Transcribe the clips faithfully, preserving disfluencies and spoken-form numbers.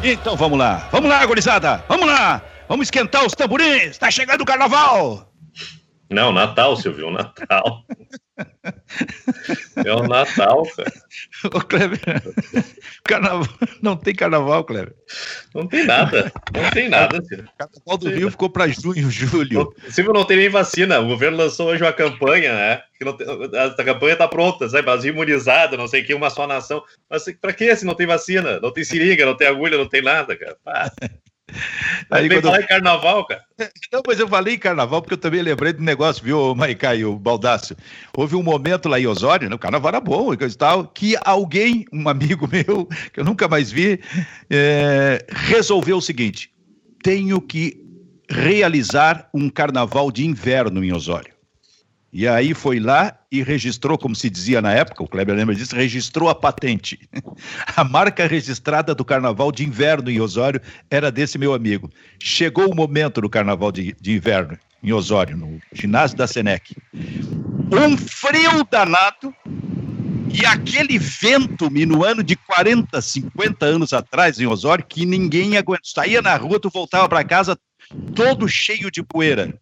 Então vamos lá, vamos lá, gurizada, vamos lá, vamos esquentar os tamborins, tá chegando o carnaval. Não, Natal, Silvio, Natal. É o Natal, cara. Ô, Kleber, carnaval, não tem carnaval, Kleber. Não tem nada, não tem nada, Silvio. O carnaval do Rio ficou para junho, julho. Não, Silvio, não tem nem vacina. O governo lançou hoje uma campanha, né? Que não tem, a campanha tá pronta, sabe? Brasil imunizado, não sei o que, uma só nação. Mas pra que se não tem vacina? Não tem seringa, não tem agulha, não tem nada, cara. Ah. Aí vem falar eu... em carnaval, cara. Não, mas eu falei em carnaval porque eu também lembrei do negócio, viu, Maicá e o Baldasso? Houve um momento lá em Osório, né, o carnaval era bom e coisa e tal, que alguém, um amigo meu, que eu nunca mais vi, é, resolveu o seguinte: tenho que realizar um carnaval de inverno em Osório. E aí foi lá e registrou, como se dizia na época, o Kleber lembra disso, registrou a patente. A marca registrada do carnaval de inverno em Osório era desse meu amigo. Chegou o momento do carnaval de, de inverno em Osório, no ginásio da Senec. Um frio danado e aquele vento no ano de quarenta, cinquenta anos atrás em Osório, que ninguém aguentou. Saía na rua, tu voltava para casa todo cheio de poeira.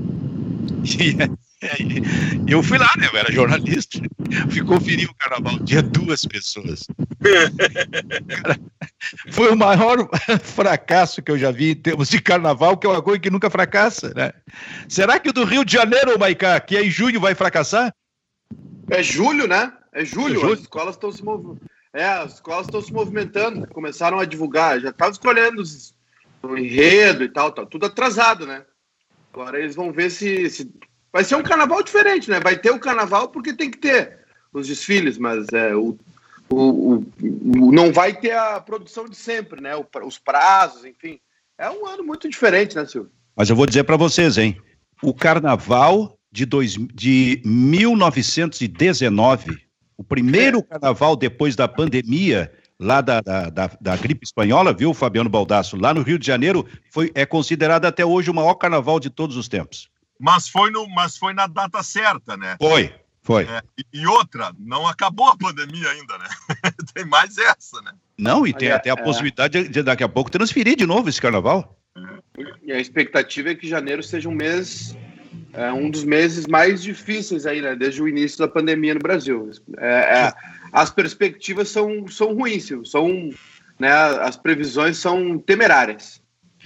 E eu fui lá, né? Eu era jornalista. Fui conferir o carnaval. Tinha duas pessoas. Cara, foi o maior fracasso que eu já vi em termos de carnaval, que é uma coisa que nunca fracassa, né? Será que o do Rio de Janeiro, Maicá, que é em junho, vai fracassar? É julho, né? É julho. É julho. As escolas estão se mov... é, as escolas estão se movimentando. Começaram a divulgar. Já estavam escolhendo os... o enredo e tal, tal. Tudo atrasado, né? Agora eles vão ver se... se... Vai ser um carnaval diferente, né? Vai ter o carnaval porque tem que ter os desfiles, mas é, o, o, o, o, não vai ter a produção de sempre, né? O, os prazos, enfim. É um ano muito diferente, né, Silvio? Mas eu vou dizer para vocês, hein? O carnaval de, dois, de mil novecentos e dezenove, o primeiro carnaval depois da pandemia, lá da, da, da, da gripe espanhola, viu, Fabiano Baldasso? Lá no Rio de Janeiro, foi, é considerado até hoje o maior carnaval de todos os tempos. Mas foi, no, mas foi na data certa, né? Foi, foi. É, e, e outra, não acabou a pandemia ainda, né? Tem mais essa, né? Não, e tem é, até a é. possibilidade de, de daqui a pouco transferir de novo esse carnaval. E a expectativa é que janeiro seja um mês, é, um dos meses mais difíceis aí, né? Desde o início da pandemia no Brasil. É, é, as perspectivas são, são ruins, Silvio. São, né, as previsões são temerárias.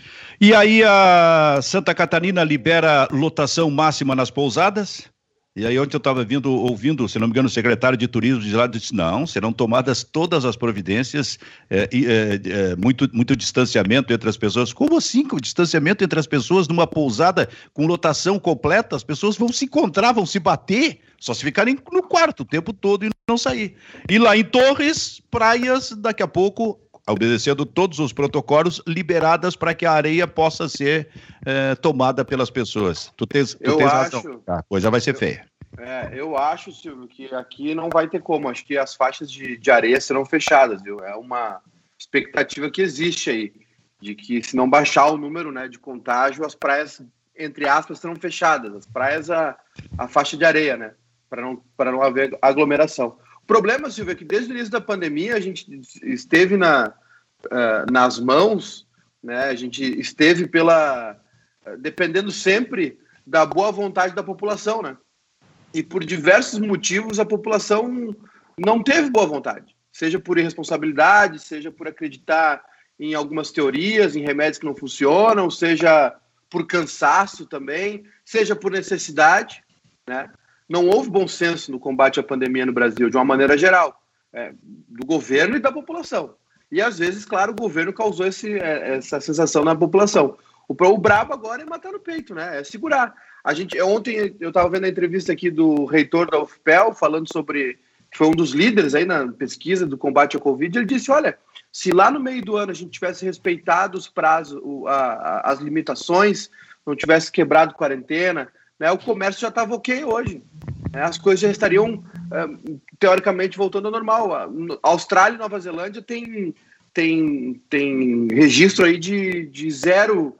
E aí a Santa Catarina libera lotação máxima nas pousadas? E aí ontem eu estava ouvindo, se não me engano, o secretário de turismo de lá disse, não, serão tomadas todas as providências, é, é, é, muito, muito distanciamento entre as pessoas. Como assim, com distanciamento entre as pessoas numa pousada com lotação completa? As pessoas vão se encontrar, vão se bater, só se ficarem no quarto o tempo todo e não sair. E lá em Torres, praias, daqui a pouco, obedecendo todos os protocolos, liberadas para que a areia possa ser é, tomada pelas pessoas. Tu tens, tu eu tens acho, razão. A coisa vai ser eu, feia. É, eu acho, Silvio, que aqui não vai ter como. Acho que as faixas de, de areia serão fechadas, viu? É uma expectativa que existe aí, de que se não baixar o número, né, de contágio, as praias, entre aspas, serão fechadas. As praias, a, a faixa de areia, né? Para não, para não haver aglomeração. O problema, Silvio, é que desde o início da pandemia a gente esteve na, uh, nas mãos, né? A gente esteve pela... Uh, dependendo sempre da boa vontade da população, né? E por diversos motivos a população não teve boa vontade. Seja por irresponsabilidade, seja por acreditar em algumas teorias, em remédios que não funcionam, seja por cansaço também, seja por necessidade, né? Não houve bom senso no combate à pandemia no Brasil, de uma maneira geral, é, do governo e da população. E, às vezes, claro, o governo causou esse, essa sensação na população. O, o brabo agora é matar no peito, né? É segurar. A gente, ontem eu estava vendo a entrevista aqui do reitor da U F P E L, falando sobre, que foi um dos líderes aí na pesquisa do combate à Covid, ele disse, olha, se lá no meio do ano a gente tivesse respeitado os prazos, o, a, a, as limitações, não tivesse quebrado quarentena, né, o comércio já estava ok hoje. Né, as coisas já estariam, é, teoricamente, voltando ao normal. A Austrália e Nova Zelândia tem, tem, tem registro aí de, de zero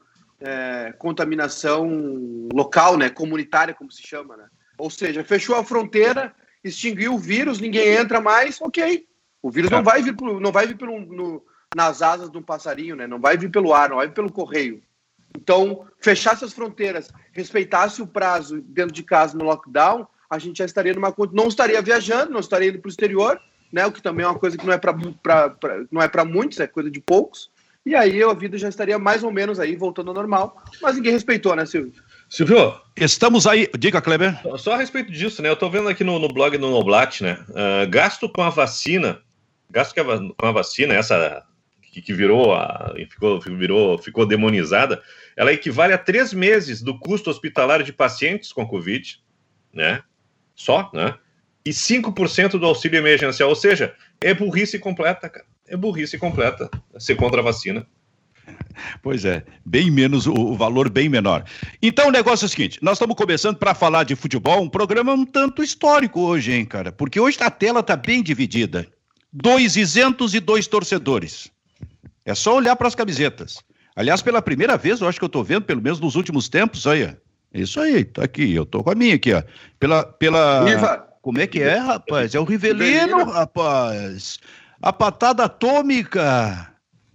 é, contaminação local, né, comunitária, como se chama. Né? Ou seja, fechou a fronteira, extinguiu o vírus, ninguém entra mais, ok. O vírus é. não vai vir, pro, não vai vir pelo, no, nas asas de um passarinho, né? Não vai vir pelo ar, não vai vir pelo correio. Então, fechasse as fronteiras, respeitasse o prazo dentro de casa no lockdown, a gente já estaria numa... Não estaria viajando, não estaria indo para o exterior, né? O que também é uma coisa que não é para não é para muitos, é coisa de poucos. E aí a vida já estaria mais ou menos aí voltando ao normal. Mas ninguém respeitou, né, Silvio? Silvio, estamos aí. Diga, Kleber. Só a respeito disso, né? Eu tô vendo aqui no, no blog do Noblat, né? Uh, gasto com a vacina, gasto com a vacina, essa que, que virou, a, ficou, virou, ficou demonizada, ela equivale a três meses do custo hospitalar de pacientes com Covid, né? Só, né? E cinco por cento do auxílio emergencial. Ou seja, é burrice completa, cara. É burrice completa ser contra a vacina. Pois é, bem menos, o, o valor bem menor. Então o negócio é o seguinte, nós estamos começando para falar de futebol, um programa um tanto histórico hoje, hein, cara? Porque hoje a tela está bem dividida. Dois isentos e dois torcedores. É só olhar para as camisetas. Aliás, pela primeira vez, eu acho que eu estou vendo, pelo menos nos últimos tempos, aí, isso aí, tá aqui, eu tô com a minha aqui, ó. Pela, pela... Viva. Como é que é, rapaz? É o Rivelino, Rivelino. Rapaz. A patada atômica.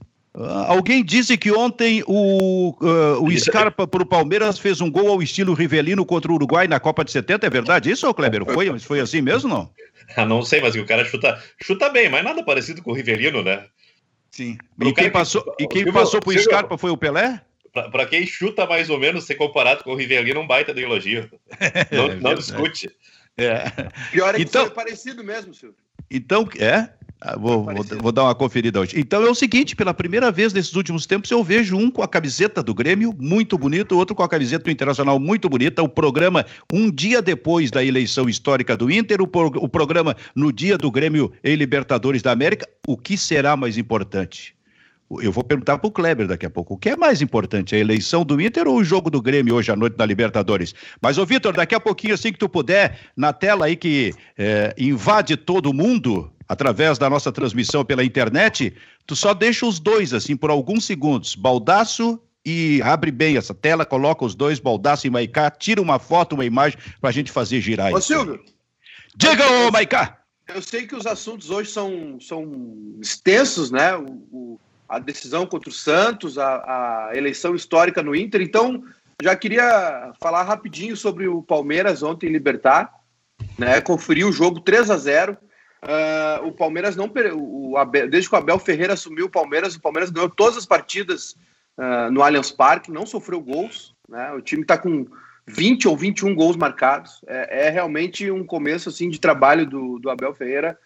Uh, alguém disse que ontem o, uh, o Scarpa para o Palmeiras fez um gol ao estilo Rivelino contra o Uruguai na Copa de setenta, é verdade isso, Kleber? Foi, foi assim mesmo, não? Ah, não sei, mas o cara chuta, chuta bem, mas nada parecido com o Rivelino, né? Sim. E quem, passou, que, e quem Silvio, passou pro Silvio, Scarpa foi o Pelé? Para quem chuta mais ou menos, ser comparado com o Rivelino, um baita de elogio. Não, é não discute. É. Pior é que então, foi parecido mesmo, Silvio. Então, é... Vou, vou, vou dar uma conferida hoje. Então é o seguinte, pela primeira vez nesses últimos tempos eu vejo um com a camiseta do Grêmio, muito bonito, outro com a camiseta do Internacional, muito bonita. O programa um dia depois da eleição histórica do Inter, o, pro, o programa no dia do Grêmio em Libertadores da América. O que será mais importante? Eu vou perguntar para o Kleber daqui a pouco. O que é mais importante, a eleição do Inter ou o jogo do Grêmio hoje à noite na Libertadores? Mas, ô Vitor, daqui a pouquinho, assim que tu puder, na tela aí que é, invade todo mundo... através da nossa transmissão pela internet, tu só deixa os dois, assim, por alguns segundos. Baldasso e abre bem essa tela, coloca os dois, Baldasso e Maicá, tira uma foto, uma imagem, pra gente fazer girar isso. Ô, Silvio. Diga, ô, Maicá! Eu sei que os assuntos hoje são, são extensos, né? O, o, a decisão contra o Santos, a, a eleição histórica no Inter, então já queria falar rapidinho sobre o Palmeiras ontem em Libertad, né? Conferir o jogo três a zero. Uh, o Palmeiras não o Abel, desde que o Abel Ferreira assumiu o Palmeiras, o Palmeiras ganhou todas as partidas uh, no Allianz Parque, não sofreu gols, né? O time está com vinte ou vinte e um gols marcados. É, é realmente um começo assim de trabalho do, do Abel Ferreira,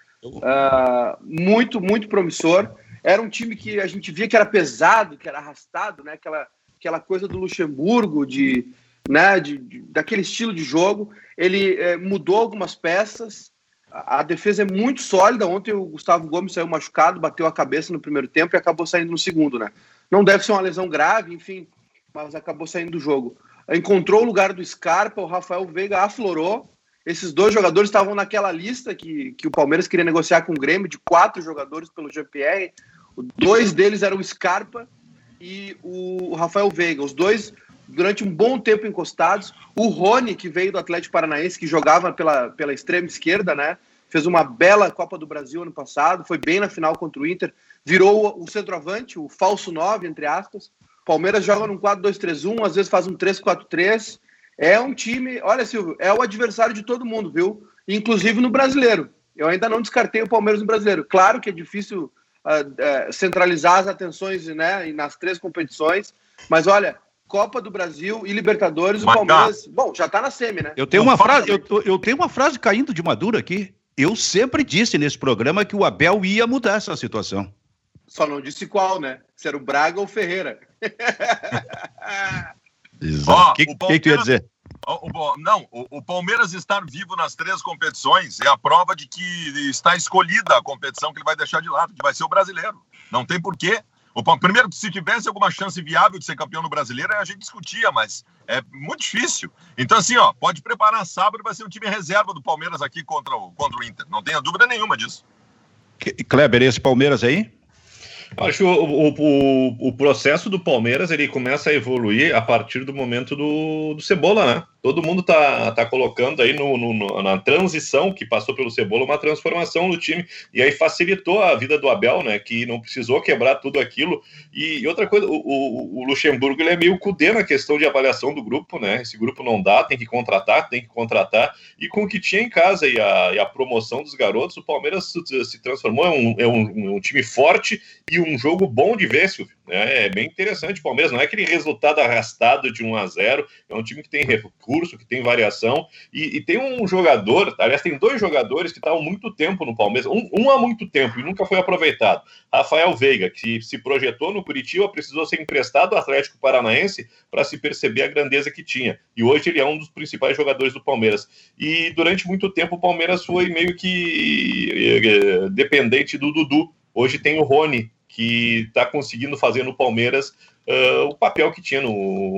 uh, muito, muito promissor. Era um time que a gente via que era pesado, que era arrastado, né? Aquela, aquela coisa do Luxemburgo, de, né? de, de, daquele estilo de jogo. Ele eh, mudou algumas peças. A defesa é muito sólida. Ontem o Gustavo Gomes saiu machucado, bateu a cabeça no primeiro tempo e acabou saindo no segundo, né? Não deve ser uma lesão grave, enfim, mas acabou saindo do jogo. Encontrou o lugar do Scarpa, o Rafael Veiga aflorou. Esses dois jogadores estavam naquela lista que, que o Palmeiras queria negociar com o Grêmio, de quatro jogadores pelo Jean-Pierre. Dois deles eram o Scarpa e o Rafael Veiga. Os dois, durante um bom tempo encostados. O Rony, que veio do Atlético Paranaense, que jogava pela, pela extrema esquerda, né? Fez uma bela Copa do Brasil ano passado, foi bem na final contra o Inter, virou o centroavante, o falso nove, entre aspas. Palmeiras joga num quatro dois três um, às vezes faz um três quatro três. É um time, olha, Silvio, é o adversário de todo mundo, viu? Inclusive no brasileiro. Eu ainda não descartei o Palmeiras no brasileiro. Claro que é difícil uh, uh, centralizar as atenções, né, nas três competições, mas olha, Copa do Brasil e Libertadores, mas, o Palmeiras... Tá. Bom, já tá na semi, né? Eu tenho uma frase, eu, eu tenho uma frase caindo de madura aqui. Eu sempre disse nesse programa que o Abel ia mudar essa situação. Só não disse qual, né? Se era o Braga ou o Ferreira. Exato. O que, que, que tu ia dizer? O, o, não, o, o Palmeiras estar vivo nas três competições é a prova de que está escolhida a competição que ele vai deixar de lado, que vai ser o brasileiro. Não tem porquê. O, primeiro, se tivesse alguma chance viável de ser campeão no brasileiro, a gente discutia, mas é muito difícil. Então, assim, ó, pode preparar sábado, vai ser um time reserva do Palmeiras aqui contra o, contra o Inter. Não tenha dúvida nenhuma disso. Kleber, esse Palmeiras aí? Acho que o, o, o processo do Palmeiras ele começa a evoluir a partir do momento do, do Cebola, né? todo mundo tá, tá colocando aí no, no, na transição que passou pelo Cebola, uma transformação no time, e aí facilitou a vida do Abel, né, que não precisou quebrar tudo aquilo. E, e outra coisa, o, o, o Luxemburgo, ele é meio cudê na questão de avaliação do grupo, né, esse grupo não dá, tem que contratar, tem que contratar, e com o que tinha em casa e a, e a promoção dos garotos, o Palmeiras se, se transformou em um, é um, um time forte e um jogo bom de ver, Silvio, né, é bem interessante o Palmeiras, não é aquele resultado arrastado de um a zero, é um time que tem recurso, que tem variação, e, e tem um jogador, aliás, tem dois jogadores que estavam muito tempo no Palmeiras, um, um há muito tempo e nunca foi aproveitado, Rafael Veiga, que se projetou no Curitiba, precisou ser emprestado ao Atlético Paranaense para se perceber a grandeza que tinha, e hoje ele é um dos principais jogadores do Palmeiras, e durante muito tempo o Palmeiras foi meio que eh, dependente do Dudu, hoje tem o Rony, que está conseguindo fazer no Palmeiras uh, o papel que tinha no,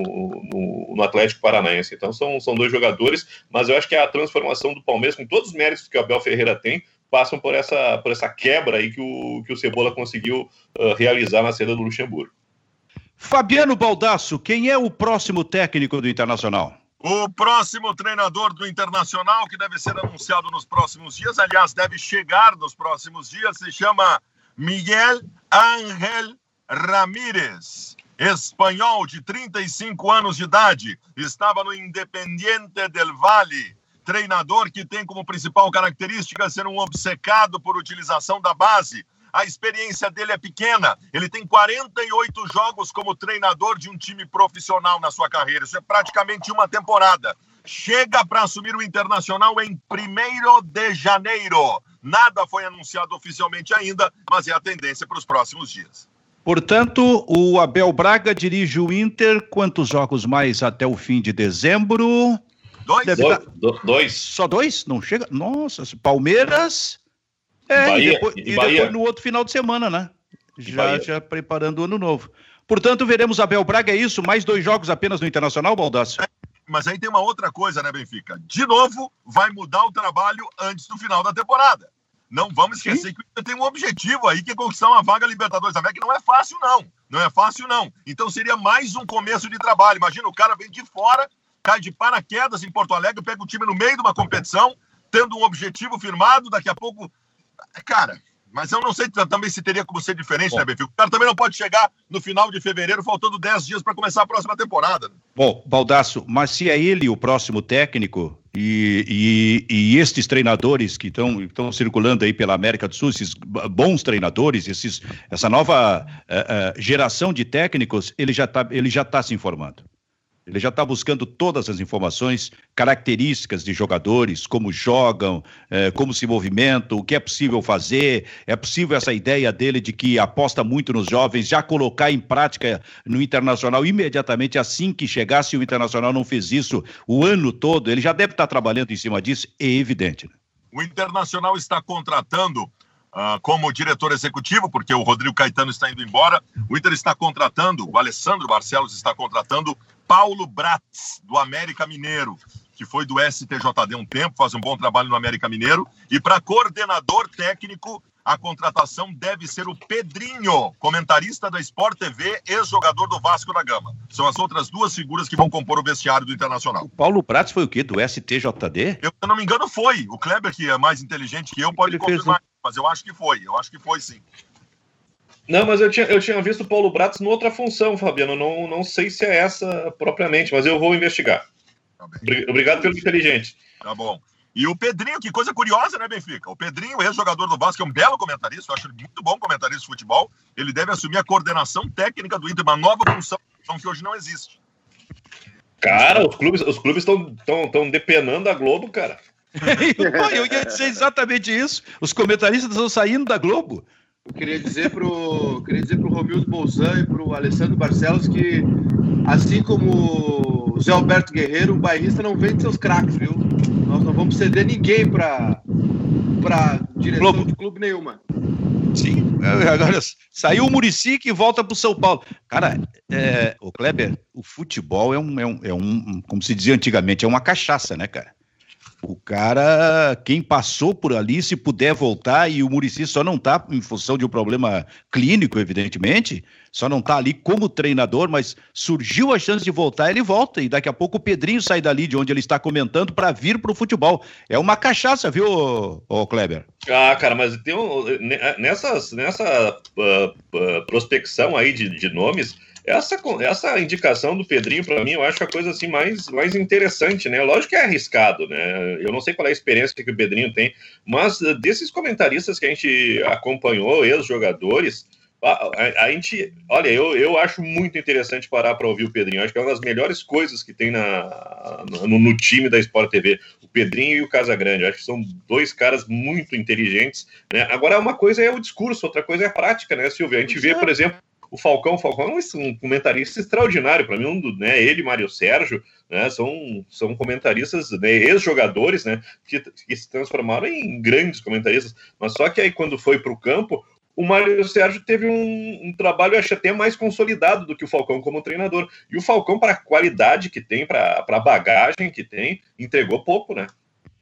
no, no Atlético Paranaense. Então são, são dois jogadores, mas eu acho que a transformação do Palmeiras, com todos os méritos que o Abel Ferreira tem, passam por essa, por essa quebra aí que o, que o Cebola conseguiu uh, realizar na saída do Luxemburgo. Fabiano Baldasso, quem é o próximo técnico do Internacional? O próximo treinador do Internacional, que deve ser anunciado nos próximos dias, aliás, deve chegar nos próximos dias, se chama Miguel Ángel Ramírez, espanhol de trinta e cinco anos de idade, estava no Independiente del Valle, treinador que tem como principal característica ser um obcecado por utilização da base. A experiência dele é pequena, ele tem quarenta e oito jogos como treinador de um time profissional na sua carreira, isso é praticamente uma temporada. Chega para assumir o Internacional em primeiro de janeiro. Nada foi anunciado oficialmente ainda, mas é a tendência para os próximos dias. Portanto, o Abel Braga dirige o Inter. Quantos jogos mais até o fim de dezembro? Dois. Deve Do, dar... do, dois. Só dois? Não chega? Nossa, Palmeiras... É, Bahia, e, depois, e, e depois no outro final de semana, né? Já, já preparando o ano novo. Portanto, veremos Abel Braga, é isso? Mais dois jogos apenas no Internacional, Baldasso? É, mas aí tem uma outra coisa, né, Benfica? De novo, vai mudar o trabalho antes do final da temporada. Não vamos esquecer Sim. que o Inter tem um objetivo aí, que é conquistar uma vaga Libertadores da América, que não é fácil, não. Não é fácil, não. Então seria mais um começo de trabalho. Imagina, o cara vem de fora, cai de paraquedas em Porto Alegre, pega o time no meio de uma competição, tendo um objetivo firmado, daqui a pouco... Cara, mas eu não sei também se teria como ser diferente, Bom. né, Benfica? O cara também não pode chegar no final de fevereiro, faltando dez dias para começar a próxima temporada. Né? Bom, Baldasso, mas se é ele o próximo técnico e, e, e estes treinadores que estão circulando aí pela América do Sul, esses bons treinadores, esses, essa nova uh, uh, geração de técnicos, ele já está ele já tá se informando. Ele já está buscando todas as informações, características de jogadores, como jogam, eh, como se movimentam, o que é possível fazer. É possível essa ideia dele de que aposta muito nos jovens, já colocar em prática no Internacional imediatamente assim que chegasse. O Internacional não fez isso o ano todo. Ele já deve estar trabalhando em cima disso, é evidente. Né? O Internacional está contratando uh, como diretor executivo, porque o Rodrigo Caetano está indo embora. O Inter está contratando, o Alessandro Barcelos está contratando Paulo Bratz, do América Mineiro, que foi do S T J D um tempo, faz um bom trabalho no América Mineiro. E para coordenador técnico, a contratação deve ser o Pedrinho, comentarista da Sport T V, ex-jogador do Vasco da Gama. São as outras duas figuras que vão compor o vestiário do Internacional. O Paulo Bratz foi o quê? Do S T J D? Eu, se eu não me engano, foi. O Kleber, que é mais inteligente que eu, pode Ele confirmar. Fez... Mas eu acho que foi. Eu acho que foi, sim. Não, mas eu tinha, eu tinha visto o Paulo Bratz em outra função, Fabiano. Não, não sei se é essa propriamente, mas eu vou investigar. Tá bem. Obrigado pelo inteligente. Tá bom. E o Pedrinho, que coisa curiosa, né, Benfica? O Pedrinho, ex-jogador do Vasco, é um belo comentarista, eu acho ele muito bom comentarista de futebol. Ele deve assumir a coordenação técnica do Inter, uma nova função que hoje não existe. Cara, os clubes os clubes estão tão, tão depenando a Globo, cara. Eu ia dizer exatamente isso. Os comentaristas estão saindo da Globo. Eu queria dizer pro, queria dizer pro Romildo Bolzan e pro Alessandro Barcelos que, assim como o Zé Alberto Guerreiro, o bairrista não vende seus craques, viu? Nós não vamos ceder ninguém para para direção Globo. de clube nenhuma. Sim, agora saiu o Muricy que volta pro São Paulo. Cara, é, o Kleber, o futebol é um, é, um, é um, como se dizia antigamente, é uma cachaça, né, cara? O cara, quem passou por ali, se puder voltar, e o Muricy só não está em função de um problema clínico, evidentemente, só não está ali como treinador, mas surgiu a chance de voltar, ele volta, e daqui a pouco o Pedrinho sai dali de onde ele está comentando para vir para o futebol. É uma cachaça, viu, ô, ô Kleber? Ah, cara, mas tem um, nessas, nessa uh, uh, prospecção aí de, de nomes, essa, essa indicação do Pedrinho, para mim, eu acho a coisa assim mais, mais interessante, né? Lógico que é arriscado, né? Eu não sei qual é a experiência que o Pedrinho tem, mas desses comentaristas que a gente acompanhou, ex-jogadores, a, a, a gente, olha, eu, eu acho muito interessante parar para ouvir o Pedrinho. Acho que é uma das melhores coisas que tem na, no, no time da Sport T V, o Pedrinho e o Casagrande. Acho que são dois caras muito inteligentes, né? Agora, uma coisa é o discurso, outra coisa é a prática, né, Silvio? A gente vê, por exemplo, o Falcão, o Falcão é um comentarista extraordinário, para mim, um do, né, ele e Mário Sérgio, né, são, são comentaristas, né, ex-jogadores, né, que, que se transformaram em grandes comentaristas, mas só que aí quando foi para o campo, o Mário Sérgio teve um, um trabalho, acho até mais consolidado do que o Falcão como treinador, e o Falcão, para a qualidade que tem, para a bagagem que tem, entregou pouco, né?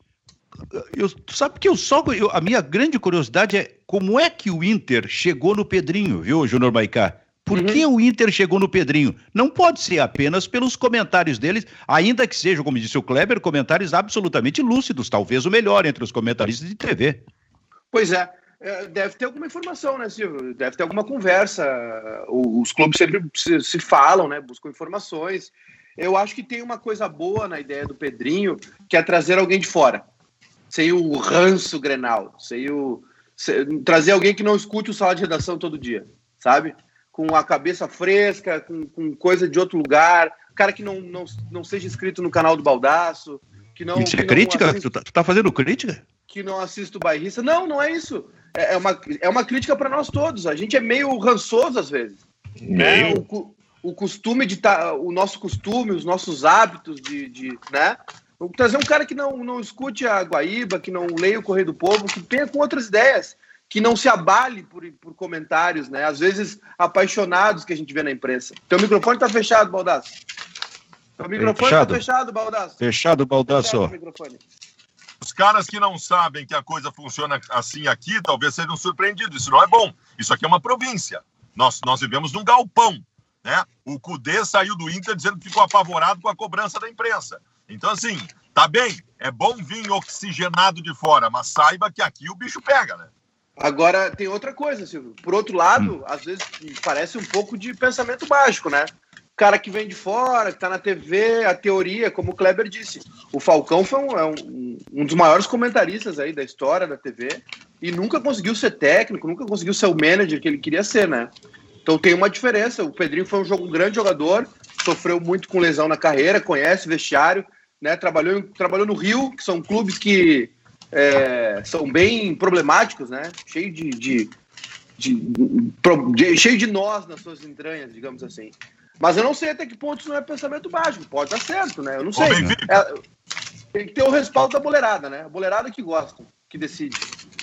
Eu, tu sabe que eu só, eu, a minha grande curiosidade é como é que o Inter chegou no Pedrinho, viu, Júnior Maicá? Por uhum. que o Inter chegou no Pedrinho? Não pode ser apenas pelos comentários deles, ainda que sejam, como disse o Kleber, comentários absolutamente lúcidos, talvez o melhor entre os comentaristas de T V. Pois é, deve ter alguma informação, né, Silvio? Deve ter alguma conversa. Os clubes sempre se, se falam, né, buscam informações. Eu acho que tem uma coisa boa na ideia do Pedrinho, que é trazer alguém de fora. Sem o ranço Grenal, sem o... Sem, trazer alguém que não escute o sala de redação todo dia, sabe? Com a cabeça fresca, com, com coisa de outro lugar, cara que não, não, não seja inscrito no canal do Baldasso, que não... Isso que é crítica? Assiste, tu, tá, tu tá fazendo crítica? Que não assista o Bairrista. Não, não é isso. É, é, uma, é uma crítica para nós todos. A gente é meio rançoso às vezes. Né? O, o costume de tá, o nosso costume, os nossos hábitos de... de né? Vou trazer um cara que não, não escute a Guaíba, que não leia o Correio do Povo, que venha com outras ideias, que não se abale por, por comentários, né? Às vezes apaixonados que a gente vê na imprensa. Teu microfone tá fechado, Baldasso. Teu microfone fechado. tá fechado, Baldasso. Fechado, Baldasso. Os caras que não sabem que a coisa funciona assim aqui, talvez sejam surpreendidos. Isso não é bom. Isso aqui é uma província. Nós, nós vivemos num galpão, né? O Cudê saiu do Inter dizendo que ficou apavorado com a cobrança da imprensa. Então, assim, tá bem, é bom vir oxigenado de fora, mas saiba que aqui o bicho pega, né? Agora, tem outra coisa, Silvio. Por outro lado, hum. às vezes parece um pouco de pensamento mágico, né? O cara que vem de fora, que tá na T V, a teoria, como o Kleber disse. O Falcão foi um, é um, um dos maiores comentaristas aí da história da T V e nunca conseguiu ser técnico, nunca conseguiu ser o manager que ele queria ser, né? Então tem uma diferença. O Pedrinho foi um, jogo, um grande jogador, sofreu muito com lesão na carreira, conhece vestiário, né, trabalhou, trabalhou no Rio, que são clubes que é, são bem problemáticos, né, cheio de, de, de, de, cheio de nós nas suas entranhas, digamos assim. Mas eu não sei até que ponto isso não é pensamento mágico, pode estar certo, né, eu não sei. É, tem que ter o respaldo da boleirada, né, a boleirada que gosta, que decide.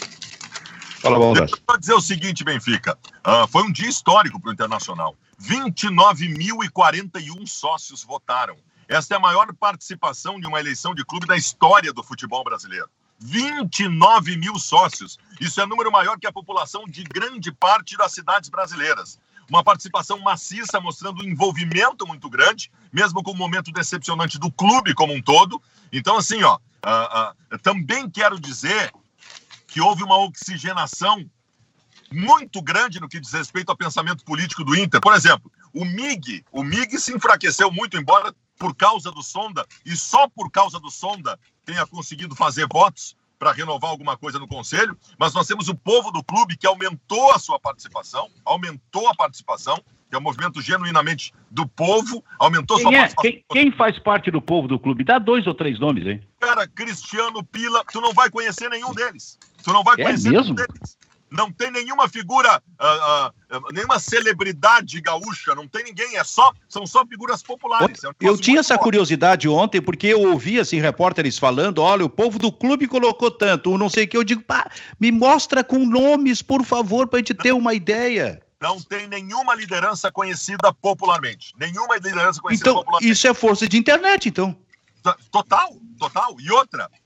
Fala, Baldasso. Eu vou dizer o seguinte, Benfica, uh, foi um dia histórico para o Internacional. vinte e nove mil e quarenta e um sócios votaram. Esta é a maior participação de uma eleição de clube da história do futebol brasileiro. vinte e nove mil sócios. Isso é número maior que a população de grande parte das cidades brasileiras. Uma participação maciça, mostrando um envolvimento muito grande, mesmo com o momento decepcionante do clube como um todo. Então, assim, ó, uh, uh, também quero dizer que houve uma oxigenação muito grande no que diz respeito ao pensamento político do Inter. Por exemplo, o M I G, o M I G se enfraqueceu muito, embora por causa do Sonda, e só por causa do Sonda tenha conseguido fazer votos para renovar alguma coisa no Conselho, mas nós temos o povo do clube que aumentou a sua participação, aumentou a participação, que é um movimento genuinamente do povo, aumentou quem sua é? participação. Quem, quem faz parte do povo do clube? Dá dois ou três nomes, hein? Cara, Cristiano, Pila, tu não vai conhecer nenhum deles. Tu não vai é conhecer mesmo? nenhum deles. Não tem nenhuma figura, uh, uh, nenhuma celebridade gaúcha, não tem ninguém, é só, são só figuras populares. É um eu tinha essa bom. curiosidade ontem, porque eu ouvi assim, repórteres falando, olha, o povo do clube colocou tanto, um não sei o que, eu digo, pá, me mostra com nomes, por favor, pra gente ter uma ideia. Não tem nenhuma liderança conhecida popularmente, nenhuma liderança conhecida então, popularmente. Isso é força de internet, então. Total, total. E outra,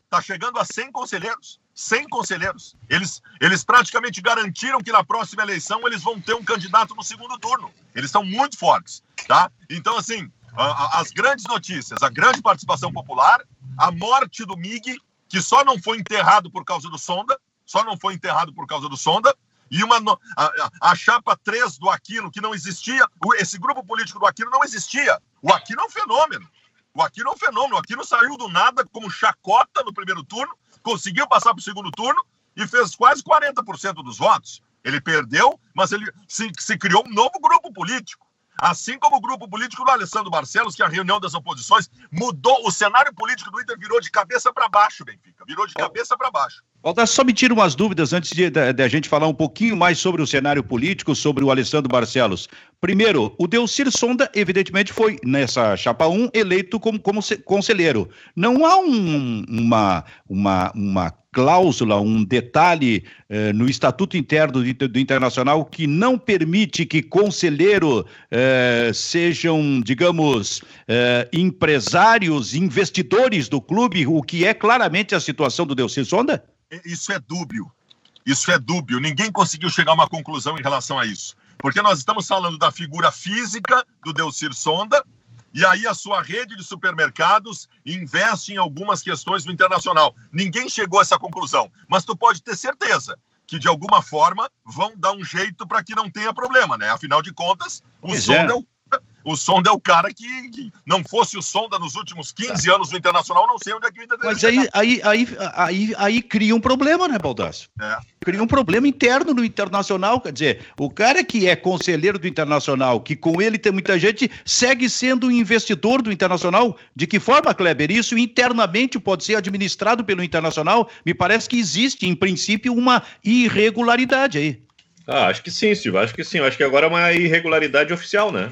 Está chegando a cem conselheiros. cem conselheiros. Eles, eles praticamente garantiram que na próxima eleição eles vão ter um candidato no segundo turno. Eles são muito fortes, tá? Então, assim, a, a, as grandes notícias, a grande participação popular, a morte do M I G, que só não foi enterrado por causa do Sonda, só não foi enterrado por causa do Sonda, e uma, a, a, a chapa três do Aquino, que não existia, esse grupo político do Aquino não existia. O Aquino é um fenômeno. O Aquino é um fenômeno. O Aquino saiu do nada como chacota no primeiro turno, conseguiu passar para o segundo turno e fez quase quarenta por cento dos votos. Ele perdeu, mas ele se, se criou um novo grupo político. Assim como o grupo político do Alessandro Barcelos, que a reunião das oposições mudou, o cenário político do Inter virou de cabeça para baixo, Benfica. Virou de cabeça para baixo. Baldasso, só me tira umas dúvidas antes de, de, de a gente falar um pouquinho mais sobre o cenário político, sobre o Alessandro Barcelos. Primeiro, o Delcir Sonda, evidentemente, foi, nessa chapa um, eleito como, como conselheiro. Não há um, uma, uma, uma cláusula, um detalhe eh, no estatuto interno do, do Internacional que não permite que conselheiro eh, sejam, digamos, eh, empresários, investidores do clube, o que é claramente a situação do Delcir Sonda? Isso é dúbio. Isso é dúbio. Ninguém conseguiu chegar a uma conclusão em relação a isso. Porque nós estamos falando da figura física do Delcir Sonda, e aí a sua rede de supermercados investe em algumas questões do Internacional. Ninguém chegou a essa conclusão, mas tu pode ter certeza que, de alguma forma, vão dar um jeito para que não tenha problema, né? Afinal de contas, o Sonda é o O Sonda é o cara que, que não fosse o Sonda nos últimos quinze anos do Internacional, não sei onde é que o Inter deve Mas aí, aí, aí, aí, aí cria um problema, né, Baldasso? É. Cria um problema interno no Internacional, quer dizer, o cara que é conselheiro do Internacional, que com ele tem muita gente, segue sendo um investidor do Internacional. De que forma, Kleber? Isso internamente pode ser administrado pelo Internacional? Me parece que existe, em princípio, uma irregularidade aí. Ah, acho que sim, Silvio, acho que sim. Acho que agora é uma irregularidade oficial, né?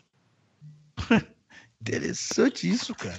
Interessante isso, cara.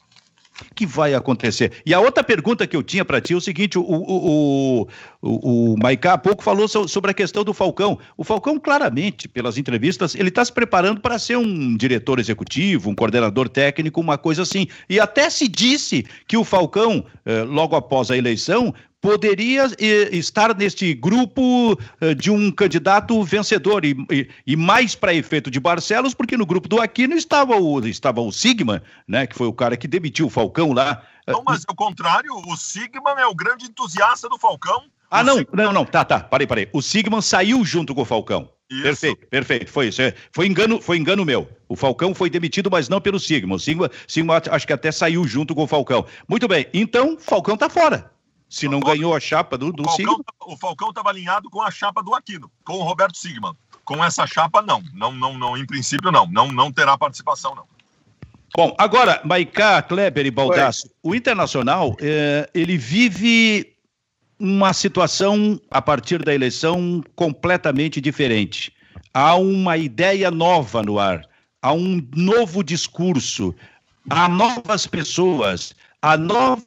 O que vai acontecer? E a outra pergunta que eu tinha para ti é o seguinte: o, o, o, o, o Maiká há pouco falou so, sobre a questão do Falcão. O Falcão, claramente, pelas entrevistas, ele está se preparando para ser um diretor executivo, um coordenador técnico, uma coisa assim. E até se disse que o Falcão, eh, logo após a eleição, poderia eh, estar neste grupo eh, de um candidato vencedor, e, e, e mais para efeito de Barcelos, porque no grupo do Aquino estava o, estava o Sigma, né, que foi o cara que demitiu o Falcão lá. Não, mas ao contrário, o Sigma é o grande entusiasta do Falcão. Ah, o não, Sigma... não, não, tá, tá, parei, parei. O Sigma saiu junto com o Falcão. Isso. Perfeito, perfeito, foi isso. É, foi engano, foi engano meu. O Falcão foi demitido, mas não pelo Sigma. O Sigma, Sigma acho que até saiu junto com o Falcão. Muito bem, então o Falcão tá fora. Se não ganhou a chapa do, do o Falcão, Sigma. O Falcão estava alinhado com a chapa do Aquino, com o Roberto Sigma. Com essa chapa, não. Não, não, não. Em princípio, não. Não, não terá participação, não. Bom, agora, Maiká, Kleber e Baldasso, o Internacional, eh, ele vive uma situação, a partir da eleição, completamente diferente. Há uma ideia nova no ar, há um novo discurso, há novas pessoas, há novos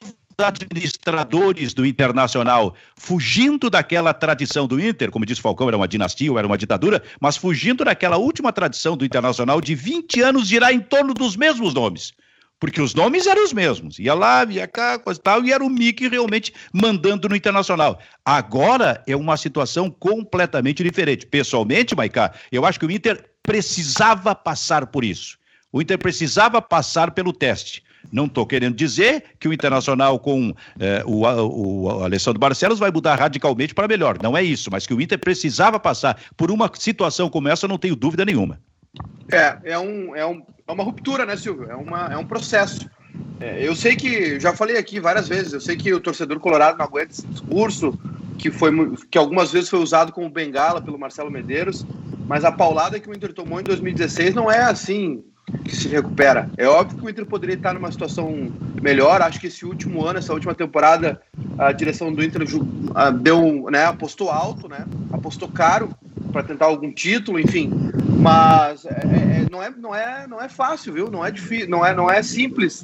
administradores do Internacional, fugindo daquela tradição do Inter, como disse Falcão, era uma dinastia, ou era uma ditadura, mas fugindo daquela última tradição do Internacional de vinte anos, girar em torno dos mesmos nomes. Porque os nomes eram os mesmos. Ia lá, ia cá, coisa e tal, e era o Mickey realmente mandando no Internacional. Agora é uma situação completamente diferente. Pessoalmente, Maiká, eu acho que o Inter precisava passar por isso. O Inter precisava passar pelo teste. Não estou querendo dizer que o Internacional com eh, o, o, o Alessandro Barcelos vai mudar radicalmente para melhor. Não é isso, mas que o Inter precisava passar por uma situação como essa, não tenho dúvida nenhuma. É, é, um, é, um, é uma ruptura, né, Silvio? É, uma, é um processo. É, eu sei que, já falei aqui várias vezes, eu sei que o torcedor colorado não aguenta esse discurso, que, foi, que algumas vezes foi usado como bengala pelo Marcelo Medeiros, mas a paulada que o Inter tomou em dois mil e dezesseis não é assim que se recupera. É óbvio que o Inter poderia estar numa situação melhor. Acho que esse último ano, essa última temporada, a direção do Inter deu, né, apostou alto, né, apostou caro para tentar algum título, enfim. Mas é, é, não, é, não, é, não é fácil, viu? Não é difícil, não é, não é simples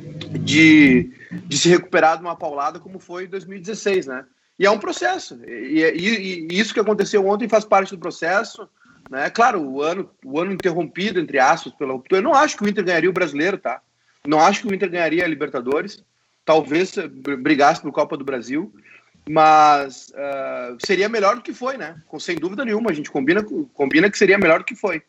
de, de se recuperar de uma paulada como foi em dois mil e dezesseis, né? E é um processo. E, e, e isso que aconteceu ontem faz parte do processo. Né? Claro, o ano, o ano interrompido, entre aspas, pela ruptura. Eu não acho que o Inter ganharia o Brasileiro, tá? Não acho que o Inter ganharia a Libertadores. talvez brigasse por Copa do Brasil, mas uh, seria melhor do que foi, né? Com, sem dúvida nenhuma, a gente combina, combina que seria melhor do que foi.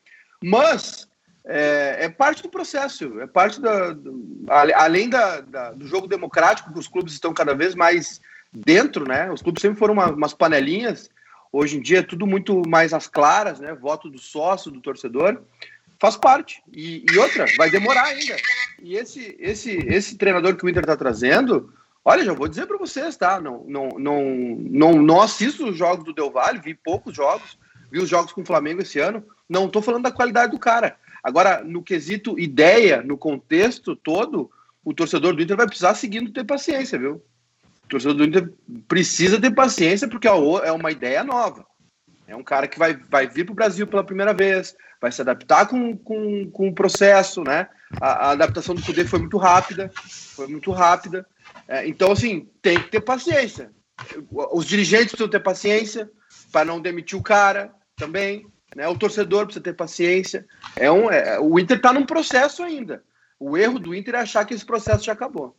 Mas é, é parte do processo, é parte da, do, além da, da, do jogo democrático, que os clubes estão cada vez mais dentro, né? Os clubes sempre foram uma, umas panelinhas, hoje em dia é tudo muito mais às claras, né? Voto do sócio, do torcedor, faz parte. E, e outra, vai demorar ainda. E esse, esse, esse treinador que o Inter está trazendo, olha, já vou dizer para vocês, tá? Não, não, não, não, não assisto os jogos do Del Valle, vi poucos jogos, vi os jogos com o Flamengo esse ano, não estou falando da qualidade do cara. Agora, no quesito ideia, no contexto todo, o torcedor do Inter vai precisar seguindo ter paciência, viu? O torcedor do Inter precisa ter paciência porque é uma ideia nova. É um cara que vai, vai vir para o Brasil pela primeira vez, vai se adaptar com, com, com o processo, né? A, a adaptação do Cudê foi muito rápida, foi muito rápida. É, então, assim, tem que ter paciência. Os dirigentes precisam ter paciência para não demitir o cara também, né? O torcedor precisa ter paciência. É um, é, o Inter está num processo ainda. O erro do Inter é achar que esse processo já acabou.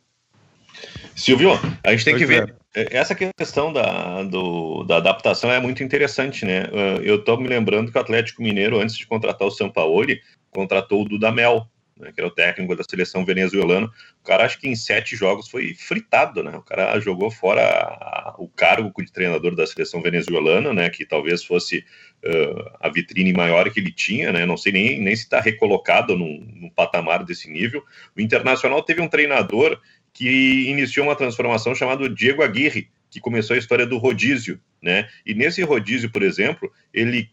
Silvio, a gente tem Pois que ver, é. essa questão da, do, da adaptação é muito interessante, né? Eu estou me lembrando que o Atlético Mineiro, antes de contratar o Sampaoli, contratou o Dudamel, né, que era o técnico da seleção venezuelana. O cara, acho que em sete jogos foi fritado, né? O cara jogou fora a, o cargo de treinador da seleção venezuelana, né? Que talvez fosse uh, a vitrine maior que ele tinha, né? Não sei nem, nem se está recolocado num, num patamar desse nível. O Internacional teve um treinador que iniciou uma transformação chamada Diego Aguirre, que começou a história do rodízio, né? E nesse rodízio, por exemplo, ele,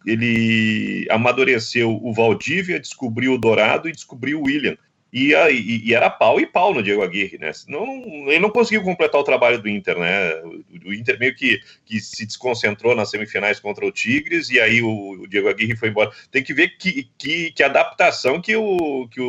ele amadureceu o Valdívia, descobriu o Dourado e descobriu o William. E, a, e, e era pau e pau no Diego Aguirre, né? Não, ele não conseguiu completar o trabalho do Inter, né? O, o Inter meio que, que se desconcentrou nas semifinais contra o Tigres e aí o, o Diego Aguirre foi embora. Tem que ver que, que, que adaptação que o, que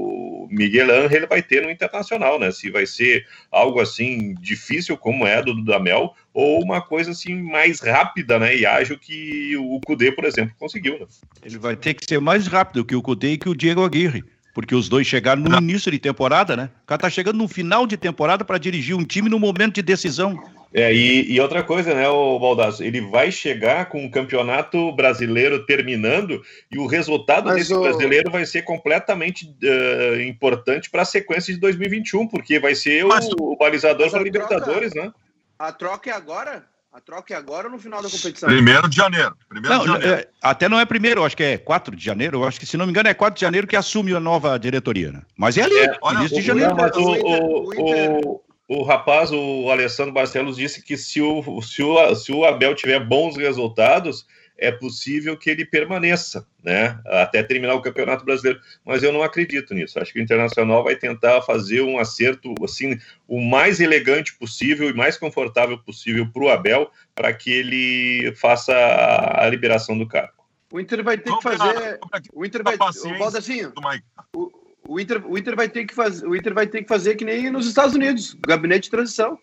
o Miguel Ángel vai ter no Internacional, né? Se vai ser algo assim difícil como é do Dudamel ou uma coisa assim mais rápida, né? E ágil que o Cudê, por exemplo, conseguiu, né? Ele vai ter que ser mais rápido que o Cudê e que o Diego Aguirre. Porque os dois chegaram no início de temporada, né? O cara tá chegando no final de temporada para dirigir um time no momento de decisão. É, e, e outra coisa, né, o Baldasso, ele vai chegar com o Campeonato Brasileiro terminando e o resultado Mas desse o... brasileiro vai ser completamente uh, importante para a sequência de dois mil e vinte e um, porque vai ser Mas, o, o balizador para a Libertadores, né? A troca é agora? A troca é agora ou no final da competição? Primeiro de janeiro. Primeiro não, de janeiro. É, até não é primeiro, eu acho que é quatro de janeiro. Eu acho que, se não me engano, é quatro de janeiro que assume a nova diretoria, né? Mas é ali, é, início de o, janeiro. Mas o, o, o, o rapaz, o Alessandro Barcelos, disse que se o, se, o, se o Abel tiver bons resultados, é possível que ele permaneça, né, até terminar o Campeonato Brasileiro, mas eu não acredito nisso. Acho que o Internacional vai tentar fazer um acerto, assim, o mais elegante possível e mais confortável possível para o Abel, para que ele faça a liberação do cargo. O Inter vai ter que fazer... O Inter vai... O Baldacinho, o, o, Inter, o Inter vai ter que fazer... O Inter vai ter que fazer que nem nos Estados Unidos, gabinete de transição.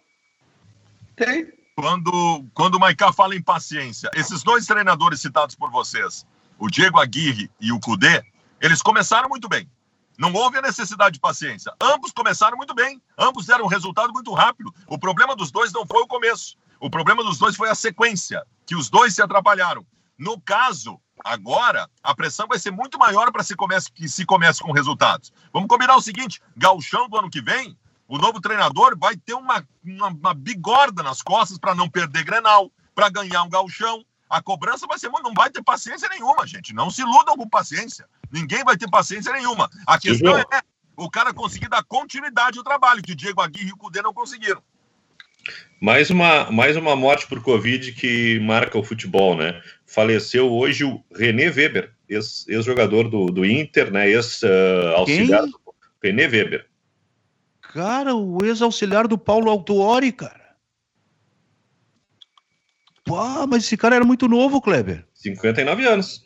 Tem... Quando, quando o Maicá fala em paciência, esses dois treinadores citados por vocês, o Diego Aguirre e o Cudê, eles começaram muito bem. Não houve a necessidade de paciência. Ambos começaram muito bem. Ambos deram um resultado muito rápido. O problema dos dois não foi o começo. O problema dos dois foi a sequência, que os dois se atrapalharam. No caso, agora, a pressão vai ser muito maior para se comece, que se comece com resultados. Vamos combinar o seguinte, gauchão do ano que vem, o novo treinador vai ter uma, uma, uma bigorda nas costas para não perder Grenal, para ganhar um gauchão. A cobrança vai ser... Não vai ter paciência nenhuma, gente. Não se iludam com paciência. Ninguém vai ter paciência nenhuma. A questão é o cara conseguir dar continuidade ao trabalho, que o Diego Aguirre e o Cudê não conseguiram. Mais uma, mais uma morte por Covid que marca o futebol, né? Faleceu hoje o René Weber, ex, ex-jogador do, do Inter, né? Ex-auxiliar uh, do René Weber. Cara, o ex-auxiliar do Paulo Autuori, cara. Pô, mas esse cara era muito novo, Kleber. cinquenta e nove anos.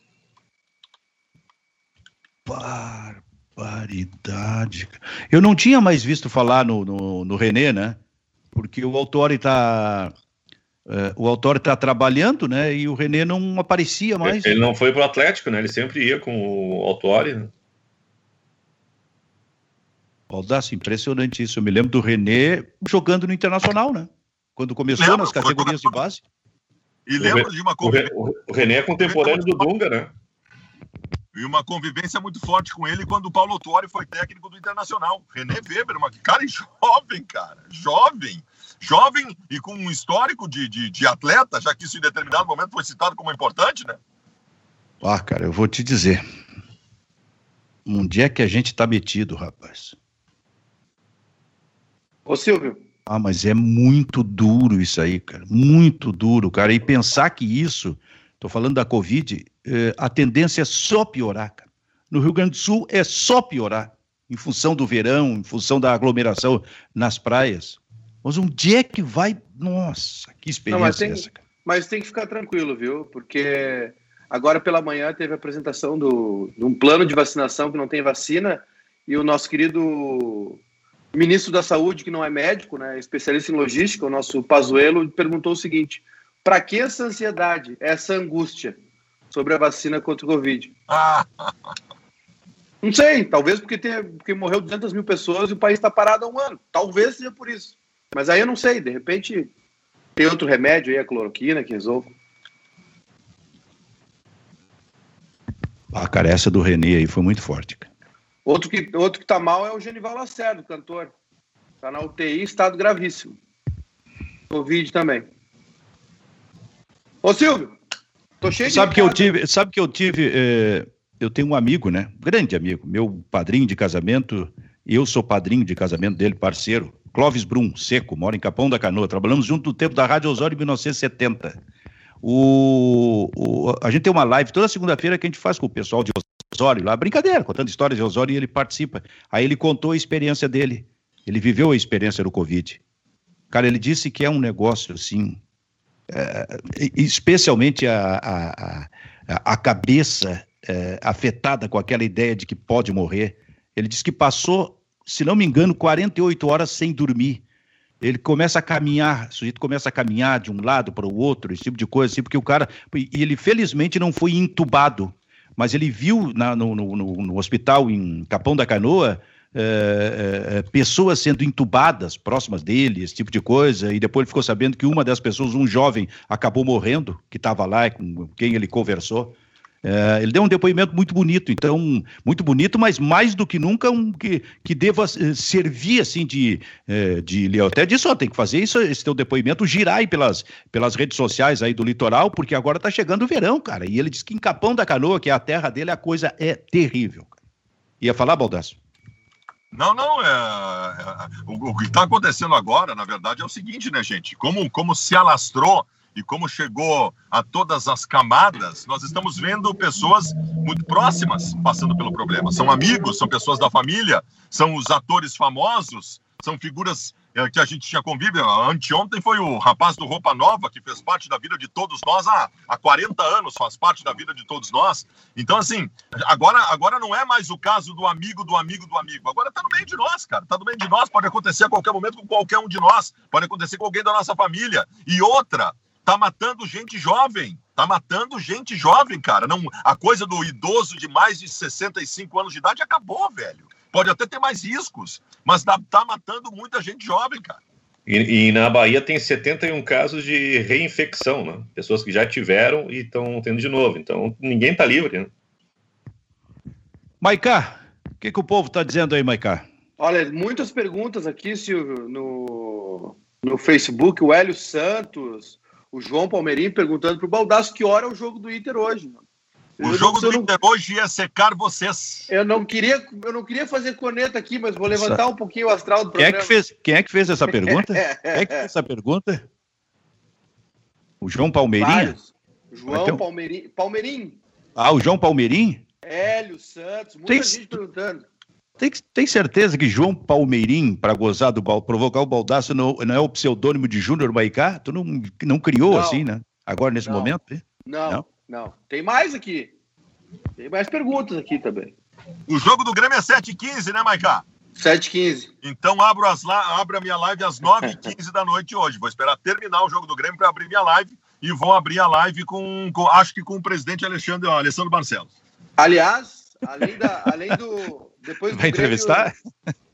Barbaridade. Eu não tinha mais visto falar no, no, no René, né? Porque o Autuori tá... Uh, o Autuori tá trabalhando, né? E o René não aparecia mais. Ele não foi pro Atlético, né? Ele sempre ia com o Autuori, né? Baldasso, impressionante isso. Eu me lembro do René jogando no Internacional, né? Quando começou Lembro, nas categorias de base. E lembro de uma O, convivência. Re- o René é contemporâneo do Dunga, né? E uma convivência muito forte com ele quando o Paulo Tuori foi técnico do Internacional. René Weber, uma cara jovem, cara. Jovem. Jovem e com um histórico de, de, de atleta, já que isso em determinado momento foi citado como importante, né? Ah, cara, eu vou te dizer. Onde é que a gente tá metido, rapaz? Ô, Silvio. Ah, mas é muito duro isso aí, cara. Muito duro, cara. E pensar que isso, tô falando da Covid, eh, a tendência é só piorar, cara. No Rio Grande do Sul é só piorar, em função do verão, em função da aglomeração nas praias. Mas onde é que vai... Nossa, que experiência Não, mas tem, é essa, cara? Mas tem que ficar tranquilo, viu? Porque agora pela manhã teve a apresentação do, de um plano de vacinação que não tem vacina e o nosso querido ministro da Saúde, que não é médico, né, especialista em logística, o nosso Pazuello, perguntou o seguinte: para que essa ansiedade, essa angústia sobre a vacina contra o Covid? Ah, Não sei, talvez porque, tem, porque morreu duzentas mil pessoas e o país está parado há um ano. Talvez seja por isso. Mas aí eu não sei, de repente tem outro remédio aí, a cloroquina, que resolve. Ah, cara, essa do René aí foi muito forte, cara. Outro que, outro que tá mal é o Genival Lacerda, o cantor. Tá na U T I, estado gravíssimo. Covid também. Ô, Silvio, tô cheio de Sabe que eu recado. tive, sabe que eu tive, eh, eu tenho um amigo, né? Grande amigo, meu padrinho de casamento, eu sou padrinho de casamento dele, parceiro. Clóvis Brum, seco, mora em Capão da Canoa. Trabalhamos junto no tempo da Rádio Osório em mil novecentos e setenta. O, o, a gente tem uma live toda segunda-feira que a gente faz com o pessoal de Osório lá, brincadeira, contando histórias de Osório, e ele participa. Aí ele contou a experiência dele. Ele viveu a experiência do Covid. Cara, ele disse que é um negócio assim, é, especialmente a, a, a, a cabeça é, afetada com aquela ideia de que pode morrer. Ele disse que passou, se não me engano, quarenta e oito horas sem dormir. Ele começa a caminhar, o sujeito começa a caminhar de um lado para o outro, esse tipo de coisa, assim, porque o cara... E ele, felizmente, não foi entubado, mas ele viu na, no, no, no hospital em Capão da Canoa é, é, pessoas sendo entubadas próximas dele, esse tipo de coisa, e depois ele ficou sabendo que uma das pessoas, um jovem, acabou morrendo, que estava lá, com quem ele conversou. É, ele deu um depoimento muito bonito, então, muito bonito, mas mais do que nunca um que, que deva servir, assim, de, de... Eu até disse, ó, tem que fazer isso, esse teu depoimento girar aí pelas, pelas redes sociais aí do litoral, porque agora tá chegando o verão, cara, e ele disse que em Capão da Canoa, que é a terra dele, a coisa é terrível. Ia falar, Baldasso? não, não, é, é, o, o que está acontecendo agora, na verdade, é o seguinte, né, gente? Como, como se alastrou e como chegou a todas as camadas, nós estamos vendo pessoas muito próximas passando pelo problema. São amigos, são pessoas da família, são os atores famosos, são figuras é, que a gente tinha convívio. Anteontem foi o rapaz do Roupa Nova, que fez parte da vida de todos nós há, há quarenta anos, faz parte da vida de todos nós. Então, assim, agora, agora não é mais o caso do amigo, do amigo, do amigo. Agora está no meio de nós, cara. Está no meio de nós, pode acontecer a qualquer momento com qualquer um de nós, pode acontecer com alguém da nossa família. E outra... Tá matando gente jovem, tá matando gente jovem, cara. Não, a coisa do idoso de mais de sessenta e cinco anos de idade acabou, velho. Pode até ter mais riscos, mas tá, tá matando muita gente jovem, cara. E, e na Bahia tem setenta e um casos de reinfecção, né? Pessoas que já tiveram e estão tendo de novo. Então, ninguém tá livre, né? Maiká, o que, que o povo tá dizendo aí, Maiká? Olha, muitas perguntas aqui, Silvio, no, no Facebook. O Hélio Santos... O João Palmeirim perguntando pro Baldasso que hora é o jogo do Inter hoje. Mano. O eu jogo não, do não, Inter hoje ia secar vocês. Eu não queria, eu não queria fazer corneta aqui, mas vou levantar um pouquinho o astral do quem programa. É que fez, quem é que fez essa pergunta? Quem é que fez essa pergunta? O João Palmeirim? Vários. João então... Palmeirim. Palmeirim. Ah, o João Palmeirim? Hélio Santos, muita Tem... gente perguntando. Tem, tem certeza que João Palmeirim, para gozar do provocar o Baldasso, não, não é o pseudônimo de Júnior Maiká? Tu não, não criou não, assim, né? Agora, nesse não, momento? Não, não, não. Tem mais aqui. Tem mais perguntas aqui também. O jogo do Grêmio é sete e quinze, né, Maiká? sete e quinze. Então abro, as la... abro a minha live às nove e quinze da noite hoje. Vou esperar terminar o jogo do Grêmio para abrir minha live e vou abrir a live com, com acho que com o presidente Alexandre, ó, Alessandro Barcelos. Aliás, além, da, além do... Depois do Vai Grêmio, entrevistar?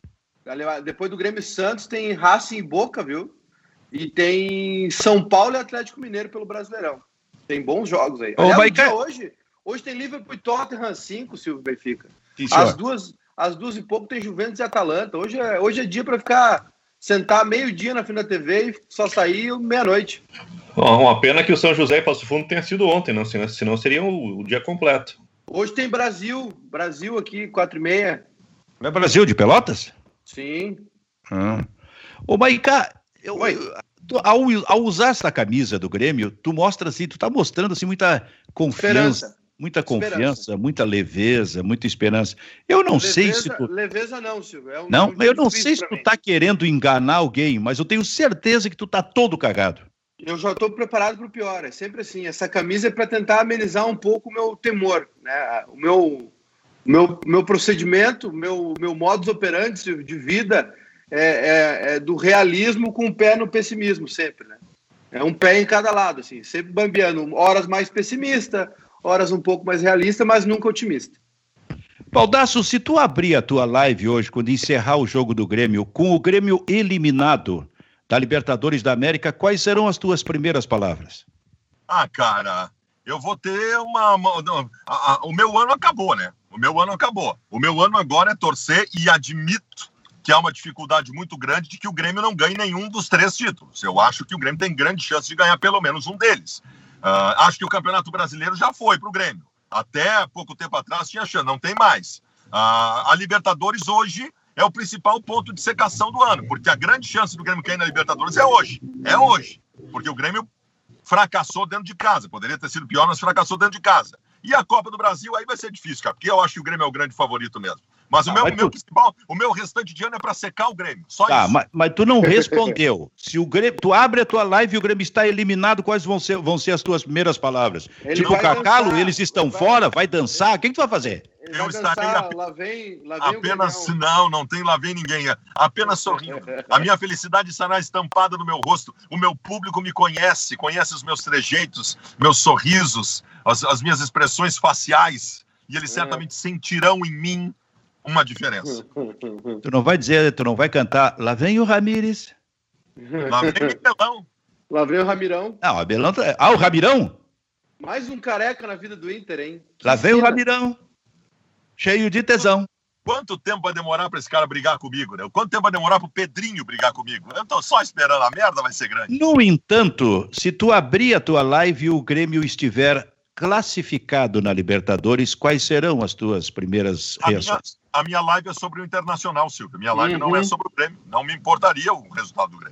Depois do Grêmio Santos tem Racing e Boca, viu? E tem São Paulo e Atlético Mineiro pelo Brasileirão. Tem bons jogos aí. Ô, Aliás, Maica... hoje, hoje tem Liverpool e Tottenham cinco, Silvio Benfica. Sim, Às duas, às duas e pouco tem Juventus e Atalanta. Hoje é, hoje é dia para ficar, sentar meio-dia na frente da T V e só sair meia-noite. Uma pena que o São José e Passo Fundo tenha sido ontem, não? Senão seria o, o dia completo. Hoje tem Brasil, Brasil aqui, quatro e meia. É Brasil de Pelotas? Sim. Ah. Ô, Maica, eu, eu, tu, ao, ao usar essa camisa do Grêmio, tu mostra assim, tu tá mostrando assim muita confiança, esperança. muita confiança, esperança. muita leveza, muita esperança. Eu não leveza, sei se tu... Leveza não, Silvio. É um, não, um eu não sei se tu mim. tá querendo enganar alguém, mas eu tenho certeza que tu tá todo cagado. Eu já estou preparado para o pior, é sempre assim. Essa camisa é para tentar amenizar um pouco o meu temor, né? O meu, meu, meu procedimento, meu, meu modus operandi de vida é, é, é do realismo com o pé no pessimismo sempre, né? É um pé em cada lado, assim, sempre bambeando. Horas mais pessimista, horas um pouco mais realista, mas nunca otimista. Baldasso, se tu abrir a tua live hoje, quando encerrar o jogo do Grêmio, com o Grêmio eliminado da Libertadores da América, quais serão as tuas primeiras palavras? Ah, cara, eu vou ter uma... uma não, a, a, o meu ano acabou, né? O meu ano acabou. O meu ano agora é torcer e admito que há uma dificuldade muito grande de que o Grêmio não ganhe nenhum dos três títulos. Eu acho que o Grêmio tem grande chance de ganhar pelo menos um deles. Uh, acho que o Campeonato Brasileiro já foi para o Grêmio. Até pouco tempo atrás tinha chance, não tem mais. Uh, a Libertadores hoje é o principal ponto de secação do ano, porque a grande chance do Grêmio cair na Libertadores é hoje. É hoje. Porque o Grêmio fracassou dentro de casa. Poderia ter sido pior, mas fracassou dentro de casa. E a Copa do Brasil aí vai ser difícil, cara, porque eu acho que o Grêmio é o grande favorito mesmo. Mas ah, o meu, mas tu... meu principal, o meu restante de ano é para secar o Grêmio. Só tá, isso. Mas, mas tu não respondeu. Se o Grêmio, tu abre a tua live e o Grêmio está eliminado, quais vão ser, vão ser as tuas primeiras palavras? Ele tipo o Cacalo, eles estão vai, fora, vai dançar. O que, que tu vai fazer? Ele eu vai estarei dançar, ap... lá vem, lá vem apenas não, não tem lá vem ninguém. Apenas sorrindo. A minha felicidade estará estampada no meu rosto. O meu público me conhece, conhece os meus trejeitos, meus sorrisos, as, as minhas expressões faciais, e eles certamente é. sentirão em mim uma diferença. Tu não vai dizer, tu não vai cantar Lá vem o Ramírez. Lá vem o Abelão. Lá vem o Ramirão. Não, o Abelão tá... Ah, o Ramirão? Mais um careca na vida do Inter, hein? Lá vem o Ramirão. Cheio de tesão. Quanto tempo vai demorar para esse cara brigar comigo, né? Quanto tempo vai demorar pro Pedrinho brigar comigo? Eu tô só esperando, a merda vai ser grande. No entanto, se tu abrir a tua live e o Grêmio estiver classificado na Libertadores, quais serão as tuas primeiras a reações? Minha, a minha live é sobre o Internacional, Silvio. Minha live uhum. não é sobre o Grêmio. Não me importaria o resultado do Grêmio.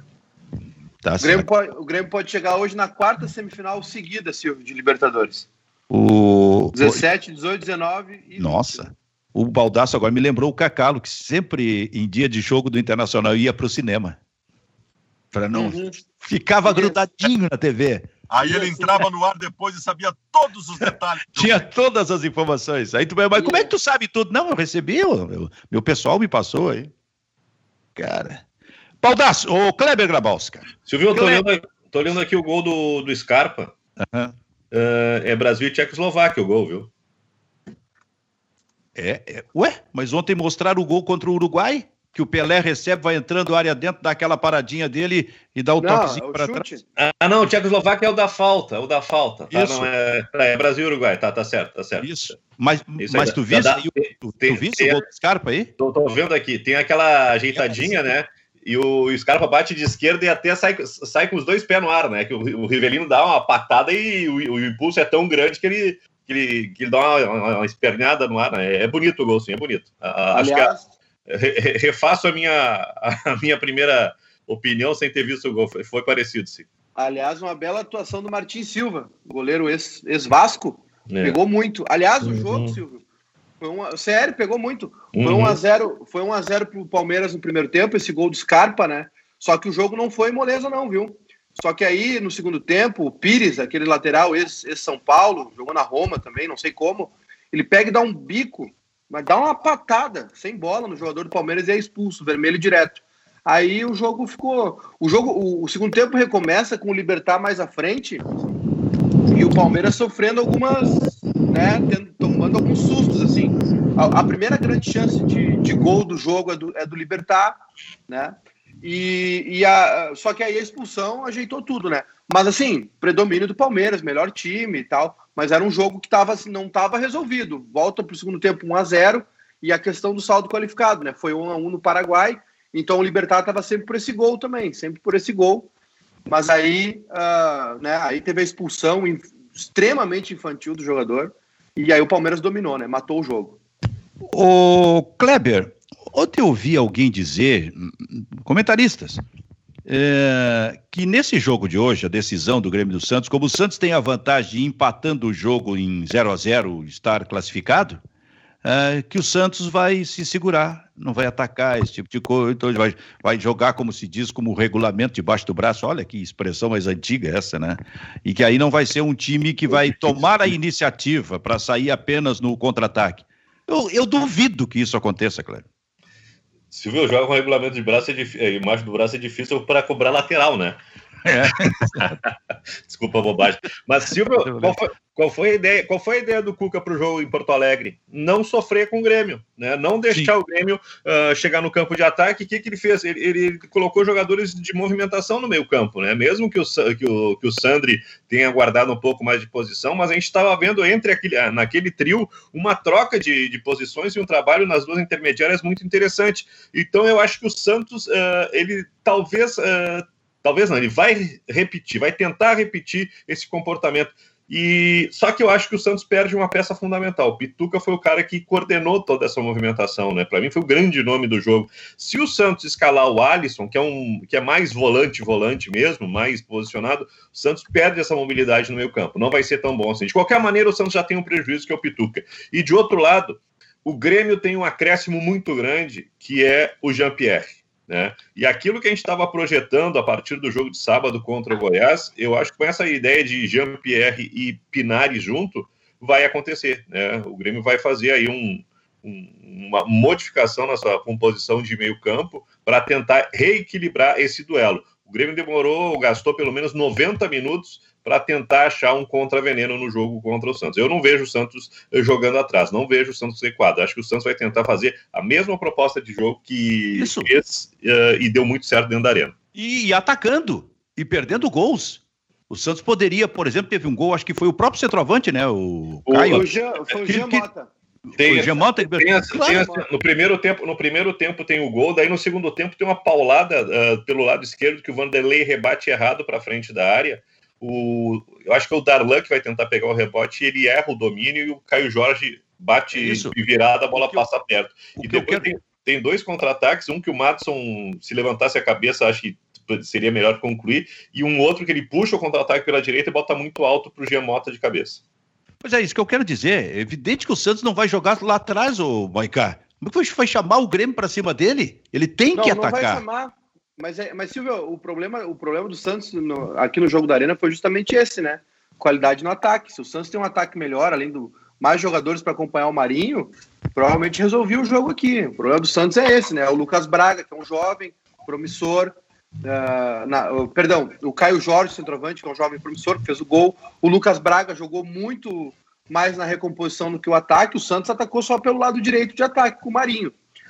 Tá o, Grêmio pode, o Grêmio pode chegar hoje na quarta semifinal seguida, Silvio, de Libertadores. O... dezessete, dezoito, dezenove e... Nossa, o Baldasso agora me lembrou o Cacalo, que sempre em dia de jogo do Internacional ia pro cinema. Para não... Uhum. Ficava grudadinho na T V. Aí ele entrava no ar depois e sabia todos os detalhes. Tinha todas as informações. Aí tu vai, mas como é que tu sabe tudo? Não, eu recebi, eu, meu pessoal me passou aí. Cara. Baldasso, ô Kleber Grabowska. Silvio, eu tô olhando, tô olhando aqui o gol do, do Scarpa. Uhum. Uh, é Brasil e Tchecoslováquia o gol, viu? É, é. Ué, mas ontem mostraram o gol contra o Uruguai? Que o Pelé recebe, vai entrando área dentro, dá aquela paradinha dele e dá o não, toquezinho é para trás. Ah, não, o Tchecoslováquia é o da falta, é o da falta. Tá? Não, é, é Brasil e Uruguai, tá, tá certo, tá certo. Isso, mas, Isso mas tu viste tu, tu, tu viste o gol do Scarpa aí? Tô, tô vendo aqui, tem aquela ajeitadinha, né? E o, o Scarpa bate de esquerda e até sai, sai com os dois pés no ar, né? Que o, o Rivelino dá uma patada e o, o impulso é tão grande que ele, que ele, que ele dá uma, uma, uma espernhada no ar, né? É bonito o gol, sim, é bonito. Acho Aliás... que... A, refaço a minha, a minha primeira opinião sem ter visto o gol, foi, foi parecido, sim. Aliás, uma bela atuação do Martins Silva, goleiro ex-Vasco, ex é. pegou muito. Aliás, o uhum. jogo, Silvio, foi uma, sério, pegou muito. Foi uhum. um a zero, foi um a zero pro Palmeiras no primeiro tempo, esse gol do Scarpa, né? Só que o jogo não foi moleza não, viu? Só que aí, no segundo tempo, o Pires, aquele lateral ex-São Paulo, jogou na Roma também, não sei como, ele pega e dá um bico, mas dá uma patada, sem bola, no jogador do Palmeiras e é expulso, vermelho direto. Aí o jogo ficou... O jogo, o, o segundo tempo recomeça com o Libertad mais à frente e o Palmeiras sofrendo algumas, né, tendo, tomando alguns sustos, assim. A, a primeira grande chance de, de gol do jogo é do, é do Libertad, né, e, e a, só que aí a expulsão ajeitou tudo, né, mas assim, predomínio do Palmeiras, melhor time e tal, mas era um jogo que tava, assim, não estava resolvido. Volta para o segundo tempo um a zero, e a questão do saldo qualificado, né, foi um a um no Paraguai, então o Libertad estava sempre por esse gol também, sempre por esse gol. Mas aí, uh, né, aí teve a expulsão extremamente infantil do jogador, e aí o Palmeiras dominou, né? Matou o jogo. Ô, Kleber, ontem eu ouvi alguém dizer, comentaristas, é, que nesse jogo de hoje, a decisão do Grêmio do Santos, como o Santos tem a vantagem de ir empatando o jogo em zero a zero estar classificado, é, que o Santos vai se segurar, não vai atacar esse tipo de coisa, então ele vai, vai jogar, como se diz, como regulamento debaixo do braço. Olha que expressão mais antiga essa, né? E que aí não vai ser um time que vai tomar a iniciativa para sair apenas no contra-ataque. Eu, eu duvido que isso aconteça, Cléber. Silvio, joga com regulamento de braço, é dif... embaixo do braço é difícil para cobrar lateral, né? É. Desculpa a bobagem. Mas, Silvio, qual foi, qual foi a ideia, qual foi a ideia do Cuca para o jogo em Porto Alegre? Não sofrer com o Grêmio, né? Não deixar Sim. o Grêmio uh, chegar no campo de ataque. O que, que ele fez? Ele, ele colocou jogadores de movimentação no meio campo, né? Mesmo que o, que, o, que o Sandri tenha guardado um pouco mais de posição, mas a gente estava vendo entre aquele, naquele trio uma troca de, de posições e um trabalho nas duas intermediárias muito interessante. Então eu acho que o Santos, uh, ele talvez... Uh, Talvez não, ele vai repetir, vai tentar repetir esse comportamento. E só que eu acho que o Santos perde uma peça fundamental. O Pituca foi o cara que coordenou toda essa movimentação, né? Para mim foi o grande nome do jogo. Se o Santos escalar o Alisson, que é, um, que é mais volante, volante mesmo, mais posicionado, o Santos perde essa mobilidade no meio campo. Não vai ser tão bom assim. De qualquer maneira, o Santos já tem um prejuízo, que é o Pituca. E de outro lado, o Grêmio tem um acréscimo muito grande, que é o Jean-Pierre. Né? E aquilo que a gente estava projetando a partir do jogo de sábado contra o Goiás, eu acho que com essa ideia de Jean-Pierre e Pinares junto, vai acontecer, né? O Grêmio vai fazer aí um, um, uma modificação na sua composição de meio campo para tentar reequilibrar esse duelo. O Grêmio demorou, gastou pelo menos noventa minutos para tentar achar um contraveneno no jogo contra o Santos. Eu não vejo o Santos jogando atrás, não vejo o Santos recuado. Acho que o Santos vai tentar fazer a mesma proposta de jogo que Isso. fez uh, e deu muito certo dentro da arena. E, e atacando, e perdendo gols. O Santos poderia, por exemplo, teve um gol, acho que foi o próprio centroavante, né? O, o Caio. O Jean, foi o Jean Mota. Tem, tem, tem, claro, tem, no primeiro tempo, no primeiro tempo tem o gol, daí no segundo tempo tem uma paulada uh, pelo lado esquerdo que o Vanderlei rebate errado para frente da área. O, eu acho que é o Darlan que vai tentar pegar o rebote, ele erra o domínio e o Caio Jorge bate Isso. de virada, a bola passa eu, perto. E depois quero... tem, tem dois contra-ataques, um que o Madison, se levantasse a cabeça, acho que seria melhor concluir, e um outro que ele puxa o contra-ataque pela direita e bota muito alto para o Jean Mota de cabeça. Pois é, isso que eu quero dizer. É evidente que o Santos não vai jogar lá atrás, ô Maicá. Como é que vai chamar o Grêmio para cima dele? Ele tem não, que não atacar. Vai chamar. Mas, é, mas Silvio, o problema, o problema do Santos no, aqui no jogo da Arena foi justamente esse, né? Qualidade no ataque. Se o Santos tem um ataque melhor, além do mais jogadores para acompanhar o Marinho, provavelmente resolvia o jogo aqui. O problema do Santos é esse, né? O Lucas Braga, que é um jovem, promissor. Uh, na, uh, perdão, o Caio Jorge, centroavante, que é um jovem promissor, que fez o gol. O Lucas Braga jogou muito mais na recomposição do que o ataque. O Santos atacou só pelo lado direito de ataque, com o Marinho.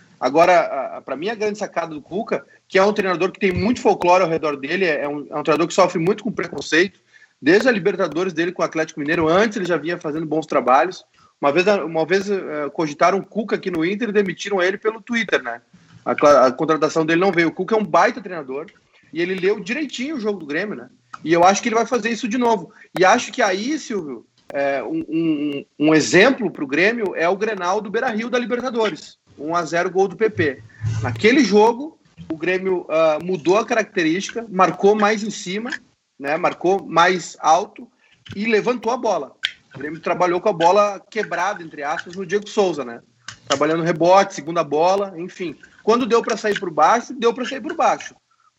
Agora, para mim, a grande sacada do Cuca, que é um treinador que tem muito folclore ao redor dele, é um, é um treinador que sofre muito com preconceito, desde a Libertadores dele com o Atlético Mineiro, antes ele já vinha fazendo bons trabalhos. Uma vez, uma vez uh, cogitaram o Cuca aqui no Inter e demitiram ele pelo Twitter, né? A, a contratação dele não veio. O Cuca é um baita treinador e ele leu direitinho o jogo do Grêmio, né? E eu acho que ele vai fazer isso de novo. E acho que aí, Silvio, é, um, um, um exemplo para o Grêmio é o Grenal do Beira-Rio da Libertadores. um a zero gol do P P. Naquele jogo, o Grêmio uh, mudou a característica, marcou mais em cima, né, marcou mais alto e levantou a bola. O Grêmio trabalhou com a bola quebrada, entre aspas, no Diego Souza, né? Trabalhando rebote, segunda bola, enfim. Quando deu para sair por baixo, deu para sair por baixo.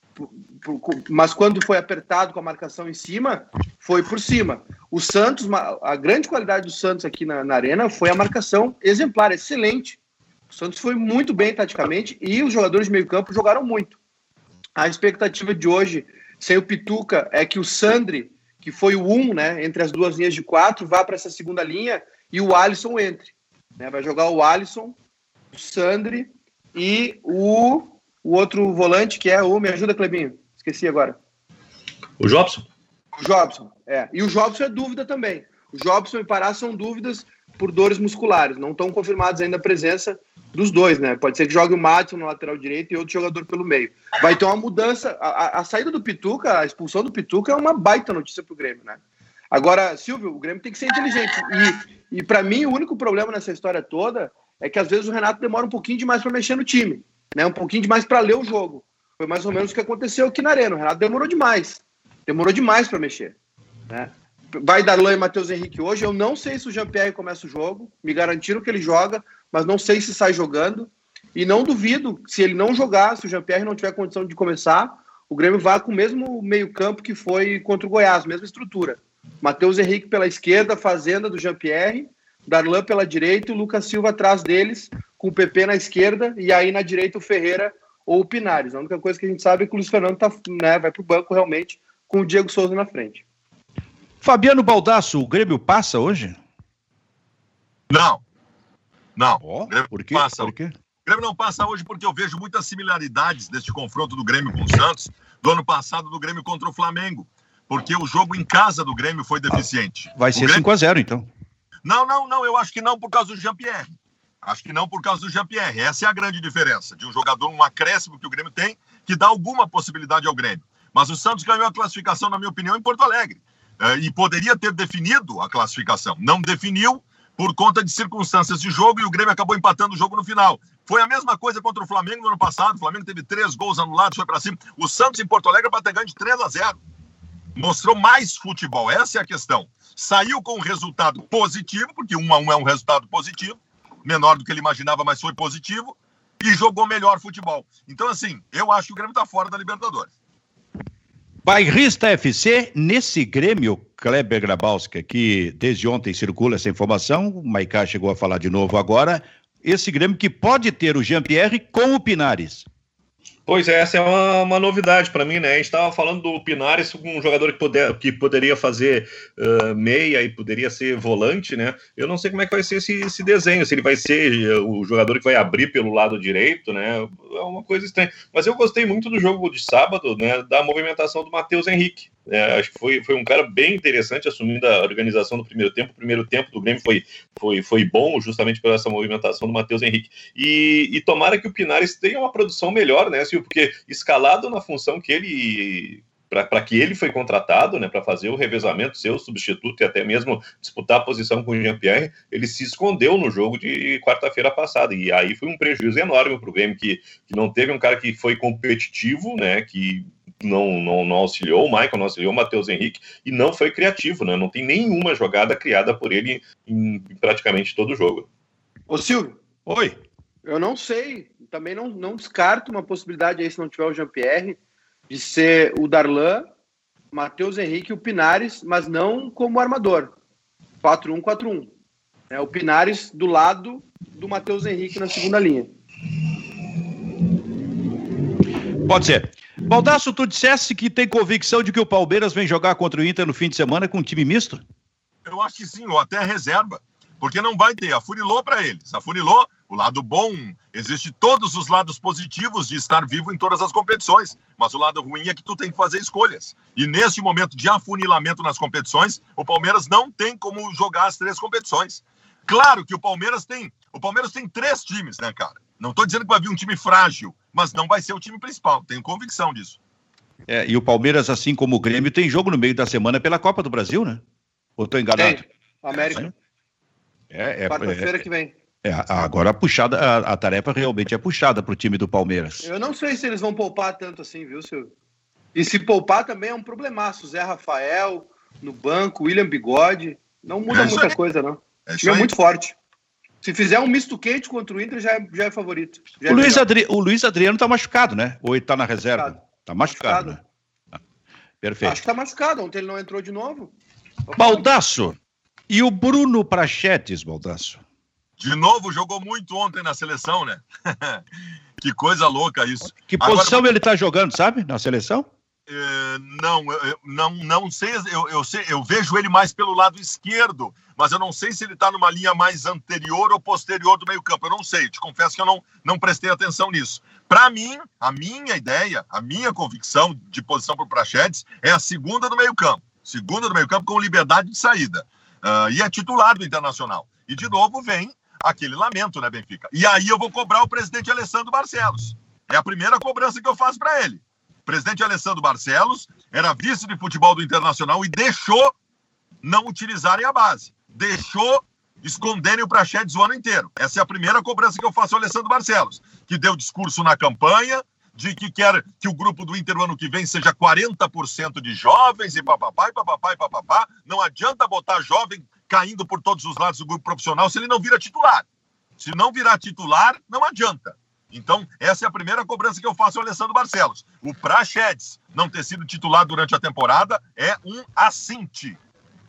Mas quando foi apertado com a marcação em cima, foi por cima. O Santos, a grande qualidade do Santos aqui na, na Arena foi a marcação exemplar, excelente. O Santos foi muito bem taticamente e os jogadores de meio campo jogaram muito. A expectativa de hoje, sem o Pituca, é que o Sandri, que foi o um, né, entre as duas linhas de quatro, vá para essa segunda linha e o Alisson entre. Né? Vai jogar o Alisson, o Sandri e o, o outro volante, que é o... Me ajuda, Clebinho. Esqueci agora. O Jobson? O Jobson, é. E o Jobson é dúvida também. O Jobson e Pará são dúvidas por dores musculares. Não estão confirmados ainda a presença dos dois, né? Pode ser que jogue o Madison no lateral direito e outro jogador pelo meio. Vai ter uma mudança. A, a, a saída do Pituca, a expulsão do Pituca é uma baita notícia pro Grêmio, né? Agora, Silvio, o Grêmio tem que ser inteligente. E, e para mim, o único problema nessa história toda é que às vezes o Renato demora um pouquinho demais para mexer no time, né? Um pouquinho demais para ler o jogo. Foi mais ou menos o que aconteceu aqui na Arena. O Renato demorou demais. Demorou demais para mexer, né? Vai Darlan e Matheus Henrique hoje. Eu não sei se o Jean-Pierre começa o jogo. Me garantiram que ele joga, mas não sei se sai jogando. E não duvido, se ele não jogar, se o Jean-Pierre não tiver condição de começar, o Grêmio vai com o mesmo meio-campo que foi contra o Goiás, mesma estrutura. Matheus Henrique pela esquerda, Fazenda do Jean-Pierre, Darlan pela direita e o Lucas Silva atrás deles, com o P P na esquerda, e aí na direita o Ferreira ou o Pinares. A única coisa que a gente sabe é que o Luiz Fernando tá, né, vai pro banco realmente com o Diego Souza na frente. Fabiano Baldasso, o Grêmio passa hoje? Não. Não. Oh, por quê? Passa. Por quê? O Grêmio não passa hoje porque eu vejo muitas similaridades deste confronto do Grêmio com o Santos do ano passado do Grêmio contra o Flamengo. Porque o jogo em casa do Grêmio foi deficiente. Vai ser Grêmio... cinco a zero, então. Não, não, não. Eu acho que não por causa do Jean-Pierre. Acho que não por causa do Jean-Pierre. Essa é a grande diferença de um jogador, um acréscimo que o Grêmio tem, que dá alguma possibilidade ao Grêmio. Mas o Santos ganhou a classificação, na minha opinião, em Porto Alegre. Uh, e poderia ter definido a classificação. Não definiu por conta de circunstâncias de jogo e o Grêmio acabou empatando o jogo no final. Foi a mesma coisa contra o Flamengo no ano passado. O Flamengo teve três gols anulados, foi para cima. O Santos em Porto Alegre para ter ganho de três a zero. Mostrou mais futebol, essa é a questão. Saiu com um resultado positivo, porque um a um é um resultado positivo, menor do que ele imaginava, mas foi positivo, e jogou melhor futebol. Então, assim, eu acho que o Grêmio está fora da Libertadores. Bairrista F C, nesse Grêmio, Kleber Grabowska, que desde ontem circula essa informação, o Maicá chegou a falar de novo agora, esse Grêmio que pode ter o Jean-Pierre com o Pinares. Pois é, essa é uma, uma novidade para mim, né? A gente estava falando do Pinares, um jogador que, poder, que poderia fazer uh, meia e poderia ser volante, né? Eu não sei como é que vai ser esse, esse desenho, se ele vai ser o jogador que vai abrir pelo lado direito, né? É uma coisa estranha. Mas eu gostei muito do jogo de sábado, né? Da movimentação do Matheus Henrique. É, acho que foi, foi um cara bem interessante assumindo a organização do primeiro tempo. O primeiro tempo do Grêmio foi, foi, foi bom justamente por essa movimentação do Matheus Henrique. E, e tomara que o Pinares tenha uma produção melhor, né, Silvio? Porque escalado na função que ele... para que ele foi contratado, né, para fazer o revezamento, ser o substituto e até mesmo disputar a posição com o Jean-Pierre, ele se escondeu no jogo de quarta-feira passada. E aí foi um prejuízo enorme para o Grêmio, que, que não teve um cara que foi competitivo, né, que... Não, não, não auxiliou o Michael, não auxiliou o Matheus Henrique e não foi criativo, né? Não tem nenhuma jogada criada por ele em, em praticamente todo o jogo. Ô Silvio. Oi. Eu não sei, também não, não descarto uma possibilidade aí, se não tiver o Jean-Pierre, de ser o Darlan, Matheus Henrique e o Pinares, mas não como armador. quatro um quatro um. É o Pinares do lado do Matheus Henrique na segunda linha. Pode ser. Baldasso, tu dissesse que tem convicção de que o Palmeiras vem jogar contra o Inter no fim de semana com um time misto? Eu acho que sim, ou até reserva, porque não vai ter, afunilou para eles, afunilou, o lado bom, existe todos os lados positivos de estar vivo em todas as competições, mas o lado ruim é que tu tem que fazer escolhas, e nesse momento de afunilamento nas competições, o Palmeiras não tem como jogar as três competições. Claro que o Palmeiras tem, o Palmeiras tem três times, né, cara? Não estou dizendo que vai vir um time frágil, mas não vai ser o time principal, tenho convicção disso. É, e o Palmeiras, assim como o Grêmio, tem jogo no meio da semana pela Copa do Brasil, né? Ou estou enganado? Tem, América. É, é, quarta-feira é, que vem. É, agora a, puxada, a, a tarefa realmente é puxada para o time do Palmeiras. Eu não sei se eles vão poupar tanto assim, viu, Silvio? E se poupar também é um problemaço. Zé Rafael no banco, William Bigode, não muda é muita aí. coisa, não. É O time é aí. muito forte. Se fizer um misto quente contra o Inter, já é, já é favorito. Já O, é Luiz melhor. Adri, o Luiz Adriano está machucado, né? Ou ele está na reserva? Machucado. Está machucado, Machucado. né? Perfeito. Acho que tá machucado. Ontem ele não entrou de novo. Baldasso, e o Bruno Prachetes, Baldasso? De novo, jogou muito ontem na seleção, né? Que coisa louca isso. Que Agora, posição ele está jogando, sabe? Na seleção? É, não, eu, não, não sei eu, eu sei, eu vejo ele mais pelo lado esquerdo, mas eu não sei se ele está numa linha mais anterior ou posterior do meio campo, eu não sei, te confesso que eu não, não prestei atenção nisso. Para mim, a minha ideia, a minha convicção de posição para o Praxedes é a segunda do meio campo, segunda do meio campo com liberdade de saída, uh, e é titular do Internacional, e de novo vem aquele lamento, né, Benfica? E aí eu vou cobrar o presidente Alessandro Barcelos, é a primeira cobrança que eu faço para ele. O presidente Alessandro Barcelos era vice de futebol do Internacional e deixou não utilizarem a base. Deixou esconderem o Praxedes o ano inteiro. Essa é a primeira cobrança que eu faço ao Alessandro Barcelos, que deu discurso na campanha de que quer que o grupo do Inter o ano que vem seja quarenta por cento de jovens e papapá, e papapá, e papapá. Não adianta botar jovem caindo por todos os lados do grupo profissional se ele não vira titular. Se não virar titular, não adianta. Então, essa é a primeira cobrança que eu faço ao Alessandro Barcelos. O Praxedes não ter sido titular durante a temporada é um assinte.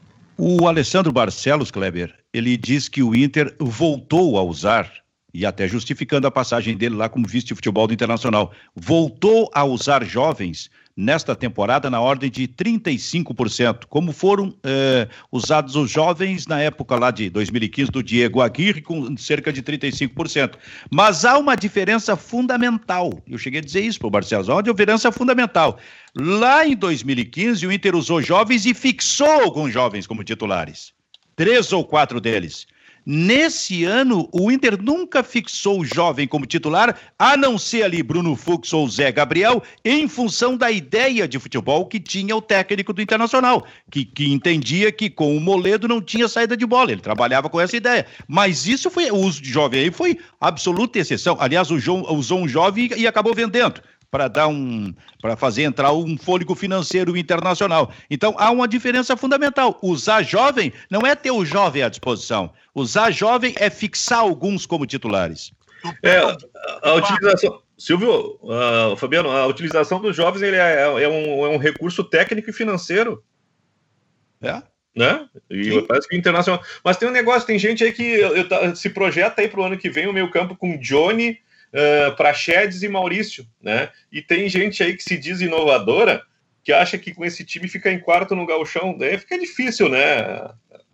O Alessandro Barcelos, Kleber, ele diz que o Inter voltou a usar, e até justificando a passagem dele lá como vice de futebol do Internacional, voltou a usar jovens nesta temporada na ordem de trinta e cinco por cento, como foram eh, usados os jovens na época lá de dois mil e quinze do Diego Aguirre, com cerca de trinta e cinco por cento. Mas há uma diferença fundamental, eu cheguei a dizer isso para o Barcelos, há uma diferença fundamental. Lá em dois mil e quinze o Inter usou jovens e fixou alguns jovens como titulares, três ou quatro deles. Nesse ano, o Inter nunca fixou o jovem como titular, a não ser ali Bruno Fux ou Zé Gabriel, em função da ideia de futebol que tinha o técnico do Internacional, que, que entendia que com o Moledo não tinha saída de bola, ele trabalhava com essa ideia. Mas isso foi, o uso de jovem aí foi absoluta exceção. Aliás, o João usou um jovem e acabou vendendo, para dar um, para fazer entrar um fôlego financeiro internacional. Então, há uma diferença fundamental. Usar jovem não é ter o jovem à disposição. Usar jovem é fixar alguns como titulares. É, a utilização... Silvio, uh, Fabiano, a utilização dos jovens ele é, é, um, é um recurso técnico e financeiro. É? Né? E Sim. Parece que o Internacional... Mas tem um negócio, tem gente aí que eu, eu, se projeta aí para o ano que vem o meio campo com Johnny, Uh, Praxedes e Maurício, né? E tem gente aí que se diz inovadora, que acha que com esse time fica em quarto no gauchão, daí fica difícil, né?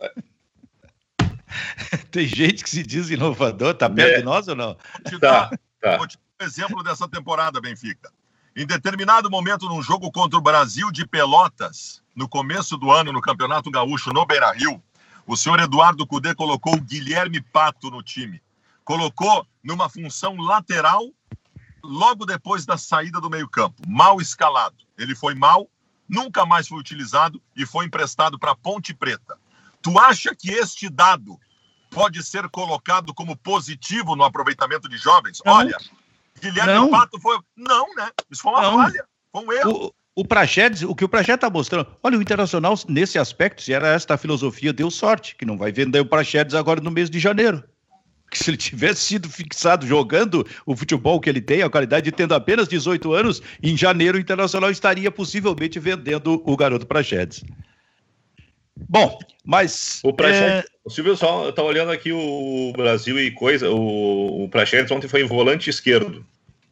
Tem gente que se diz inovador, tá perto é. de nós ou não? Vou te dar, tá, tá. Vou te dar um exemplo dessa temporada, Benfica. Em determinado momento, num jogo contra o Brasil de Pelotas, no começo do ano, no Campeonato Gaúcho, no Beira-Rio, o senhor Eduardo Cudê colocou o Guilherme Pato no time. Colocou numa função lateral logo depois da saída do meio-campo, mal escalado. Ele foi mal, nunca mais foi utilizado e foi emprestado para Ponte Preta. Tu acha que este dado pode ser colocado como positivo no aproveitamento de jovens? Não. Olha, Guilherme não. Pato foi... Não, né? Isso foi uma não. falha, foi um erro. O, o Praxedes, o que o Praxedes está mostrando... Olha, o Internacional, nesse aspecto, se era esta a filosofia, deu sorte, que não vai vender o Praxedes agora no mês de janeiro. Que se ele tivesse sido fixado jogando o futebol que ele tem, a qualidade de tendo apenas dezoito anos, em janeiro o Internacional estaria possivelmente vendendo o garoto Praxedes. Bom, mas... O Praxedes, é... o Silvio só tá olhando aqui o Brasil e coisa, o, o Praxedes ontem foi volante esquerdo.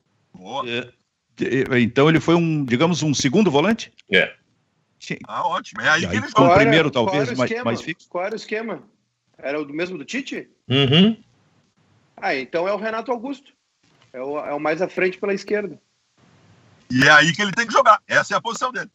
É, então ele foi um, digamos, um segundo volante? É. Ah, ótimo. É aí que ele jogou. O primeiro, talvez, mais, mais fixo. Qual era o esquema? Era o do mesmo do Tite? Uhum. Ah, então é o Renato Augusto. É o, é o mais à frente pela esquerda. E é aí que ele tem que jogar. Essa é a posição dele.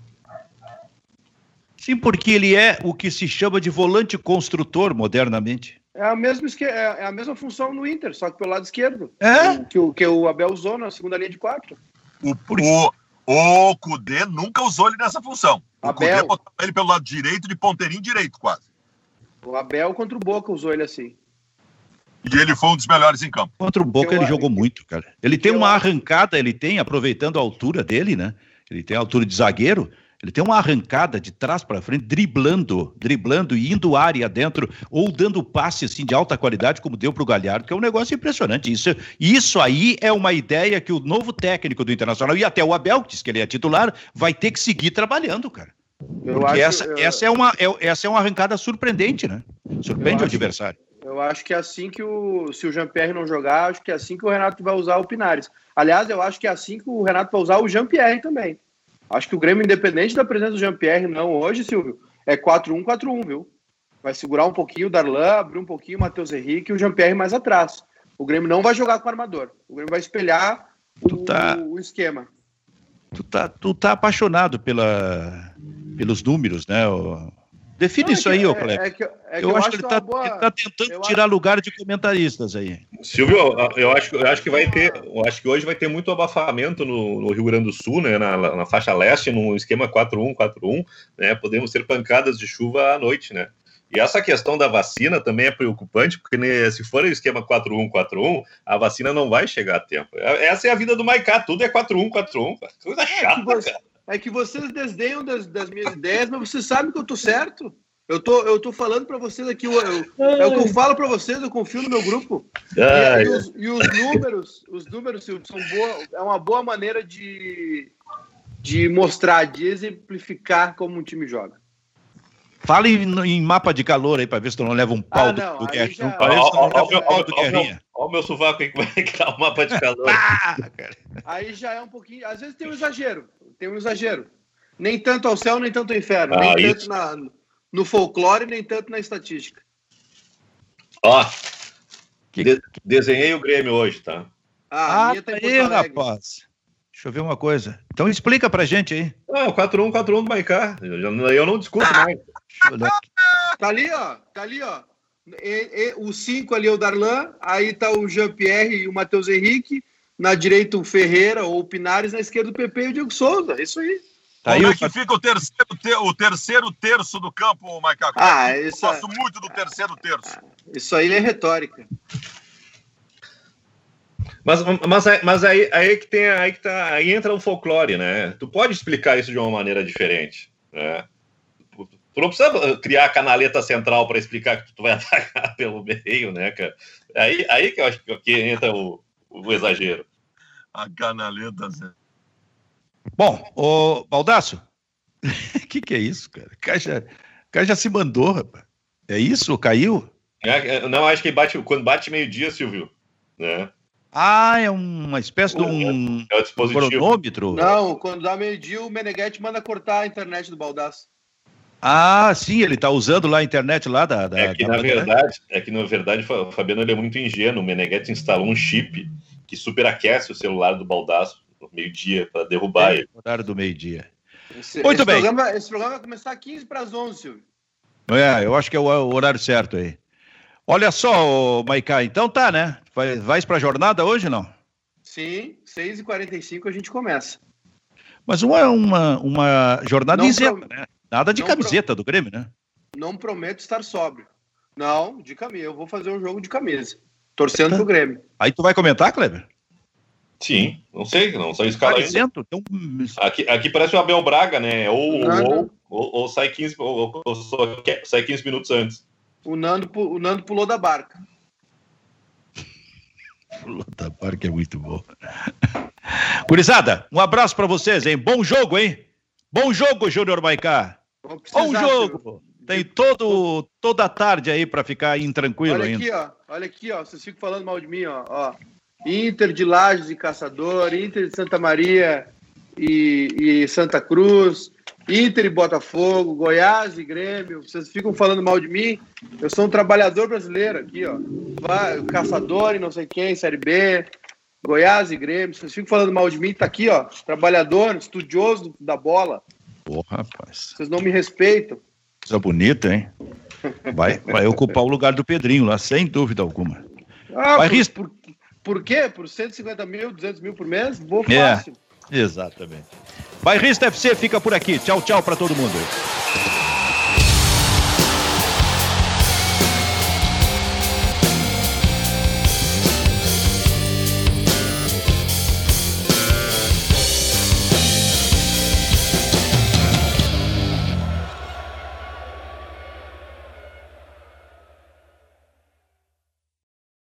Sim, porque ele é o que se chama de volante construtor modernamente. É a mesma, esque... é a mesma função no Inter, só que pelo lado esquerdo. É? Que o, que o Abel usou na segunda linha de quatro. O, o, o Cudê nunca usou ele nessa função. O Abel... Cudê botou ele pelo lado direito, de ponteirinho direito, quase. O Abel contra o Boca usou ele assim. E ele foi um dos melhores em campo. Contra o Boca eu, ele jogou muito, cara. Ele tem uma arrancada, ele tem, aproveitando a altura dele, né? Ele tem a altura de zagueiro, ele tem uma arrancada de trás para frente, driblando, driblando e indo área dentro, ou dando passe assim de alta qualidade, como deu para o Galhardo, que é um negócio impressionante. Isso, isso aí é uma ideia que o novo técnico do Internacional, e até o Abel, que diz que ele é titular, vai ter que seguir trabalhando, cara. Eu Porque acho, essa, eu... essa, é uma, é, essa é uma arrancada surpreendente, né? Surpreende o adversário. Eu acho que é assim que o... Se o Jean-Pierre não jogar, acho que é assim que o Renato vai usar o Pinares. Aliás, eu acho que é assim que o Renato vai usar o Jean-Pierre também. Acho que o Grêmio, independente da presença do Jean-Pierre, não hoje, Silvio, é quatro um quatro um, viu? Vai segurar um pouquinho o Darlan, abrir um pouquinho o Matheus Henrique e o Jean-Pierre mais atrás. O Grêmio não vai jogar com o armador. O Grêmio vai espelhar o, tá, o esquema. Tu tá, tu tá apaixonado pela, pelos números, né? O... Define não, é isso aí, ô Cleber. É, é que, é que eu, eu acho que ele tá, boa... ele tá tentando eu tirar acho... lugar de comentaristas aí. Silvio, eu acho, eu acho que vai ter, eu acho que hoje vai ter muito abafamento no, no Rio Grande do Sul, né, na, na faixa leste, no esquema quatro um quatro um, né, podemos ter pancadas de chuva à noite, né. E essa questão da vacina também é preocupante, porque né, se for o esquema quatro um quatro um, a vacina não vai chegar a tempo. Essa é a vida do Maicá, tudo é quatro um quatro um, coisa chata, é você... cara. É que vocês desdenham das, das minhas ideias, mas vocês sabem que eu tô certo. Eu tô, eu tô falando para vocês aqui, eu, eu, é o que eu falo para vocês, eu confio no meu grupo. E, e, os, e os números, os números, Silvio, são boa, é uma boa maneira de, de mostrar, de exemplificar como um time joga. Fala em, em mapa de calor aí, para ver se tu não leva um pau ah, não, do, do Guerrinha. Já... Olha o meu sovaco aí, como é que tá o mapa de calor. Ah, aí já é um pouquinho... Às vezes tem um exagero, tem um exagero. Nem tanto ao céu, nem tanto ao inferno. Ah, nem isso. tanto na, no folclore, nem tanto na estatística. Ó, que... de, desenhei o Grêmio hoje, tá? Ah, ah tá aí, rapaz. Deixa eu ver uma coisa. Então explica pra gente aí. Ah, o quatro um quatro um do Maicá. Eu, eu não discuto ah. mais. Tá ali, ó. Tá ali, ó. E, e, o cinco ali é o Darlan, aí tá o Jean-Pierre e o Matheus Henrique, na direita o Ferreira ou o Pinares, na esquerda o Pepe e o Diego Souza. É isso aí. Tá Como aí, é que fica o terceiro, ter, o terceiro terço do campo, Maicá? Ah, eu isso... gosto muito do terceiro terço. Isso aí é retórica. Mas, mas, mas aí, aí que tem aí que tá, aí entra o folclore, né? Tu pode explicar isso de uma maneira diferente, né? Tu não precisa criar a canaleta central para explicar que tu vai atacar pelo meio, né, cara? Aí, aí que eu acho que entra o, o exagero. A canaleta central. Bom, ô Baldasso, o que que é isso, cara? O cara já, o cara já se mandou, rapaz. É isso? Caiu? É, não, acho que bate, quando bate meio-dia, Silvio, né? Ah, é uma espécie de um, é o dispositivo. cronômetro? Não, quando dá meio-dia, o Meneghetti manda cortar a internet do Baldasso. Ah, sim, ele tá usando lá a internet lá da... da é, que, da na verdade, é que, na verdade, o Fabiano ele é muito ingênuo. O Meneghetti instalou um chip que superaquece o celular do Baldasso no meio-dia para derrubar é, ele. Horário do meio-dia. Esse, muito esse bem. Programa, esse programa vai começar quinze para as onze, Silvio. É, eu acho que é o, o horário certo aí. Olha só, Maicá, então tá, né? Vai, vais para a jornada hoje, não? Sim, seis e quarenta e cinco a gente começa. Mas uma, uma, uma jornada isenta, pro... né? Nada de não camiseta pro... do Grêmio, né? Não prometo estar sóbrio. Não, de camisa. Eu vou fazer um jogo de camisa. Torcendo tá. pro Grêmio. Aí tu vai comentar, Kleber? Sim, não sei, não sei escala ainda. Isento, então... aqui, aqui parece o Abel Braga, né? Ou, ou, ou, ou sai quinze, ou, ou só, sai quinze minutos antes. O Nando, o Nando pulou da barca. Pulou da barca é muito bom. Gurizada, um abraço pra vocês, hein? Bom jogo, hein? Bom jogo, Júnior Maicá. Bom jogo. Senhor. Tem todo, toda a tarde aí pra ficar intranquilo ainda. Olha aqui, ó. Olha aqui, ó. Vocês ficam falando mal de mim, ó. ó. Inter de Lages e Caçador, Inter de Santa Maria e, e Santa Cruz, Inter e Botafogo, Goiás e Grêmio. Vocês ficam falando mal de mim. Eu sou um trabalhador brasileiro aqui, ó. Vai, Caçador e não sei quem, Série B, Goiás e Grêmio. Vocês ficam falando mal de mim, tá aqui, ó. Trabalhador, estudioso da bola. Porra, rapaz. Vocês não me respeitam. Coisa bonita, hein? Vai, vai ocupar o lugar do Pedrinho lá, sem dúvida alguma. Ah, vai, por, por, por quê? Por cento e cinquenta mil, duzentos mil por mês? Vou fácil. É, exatamente. Bairrista F C fica por aqui. Tchau, tchau pra todo mundo.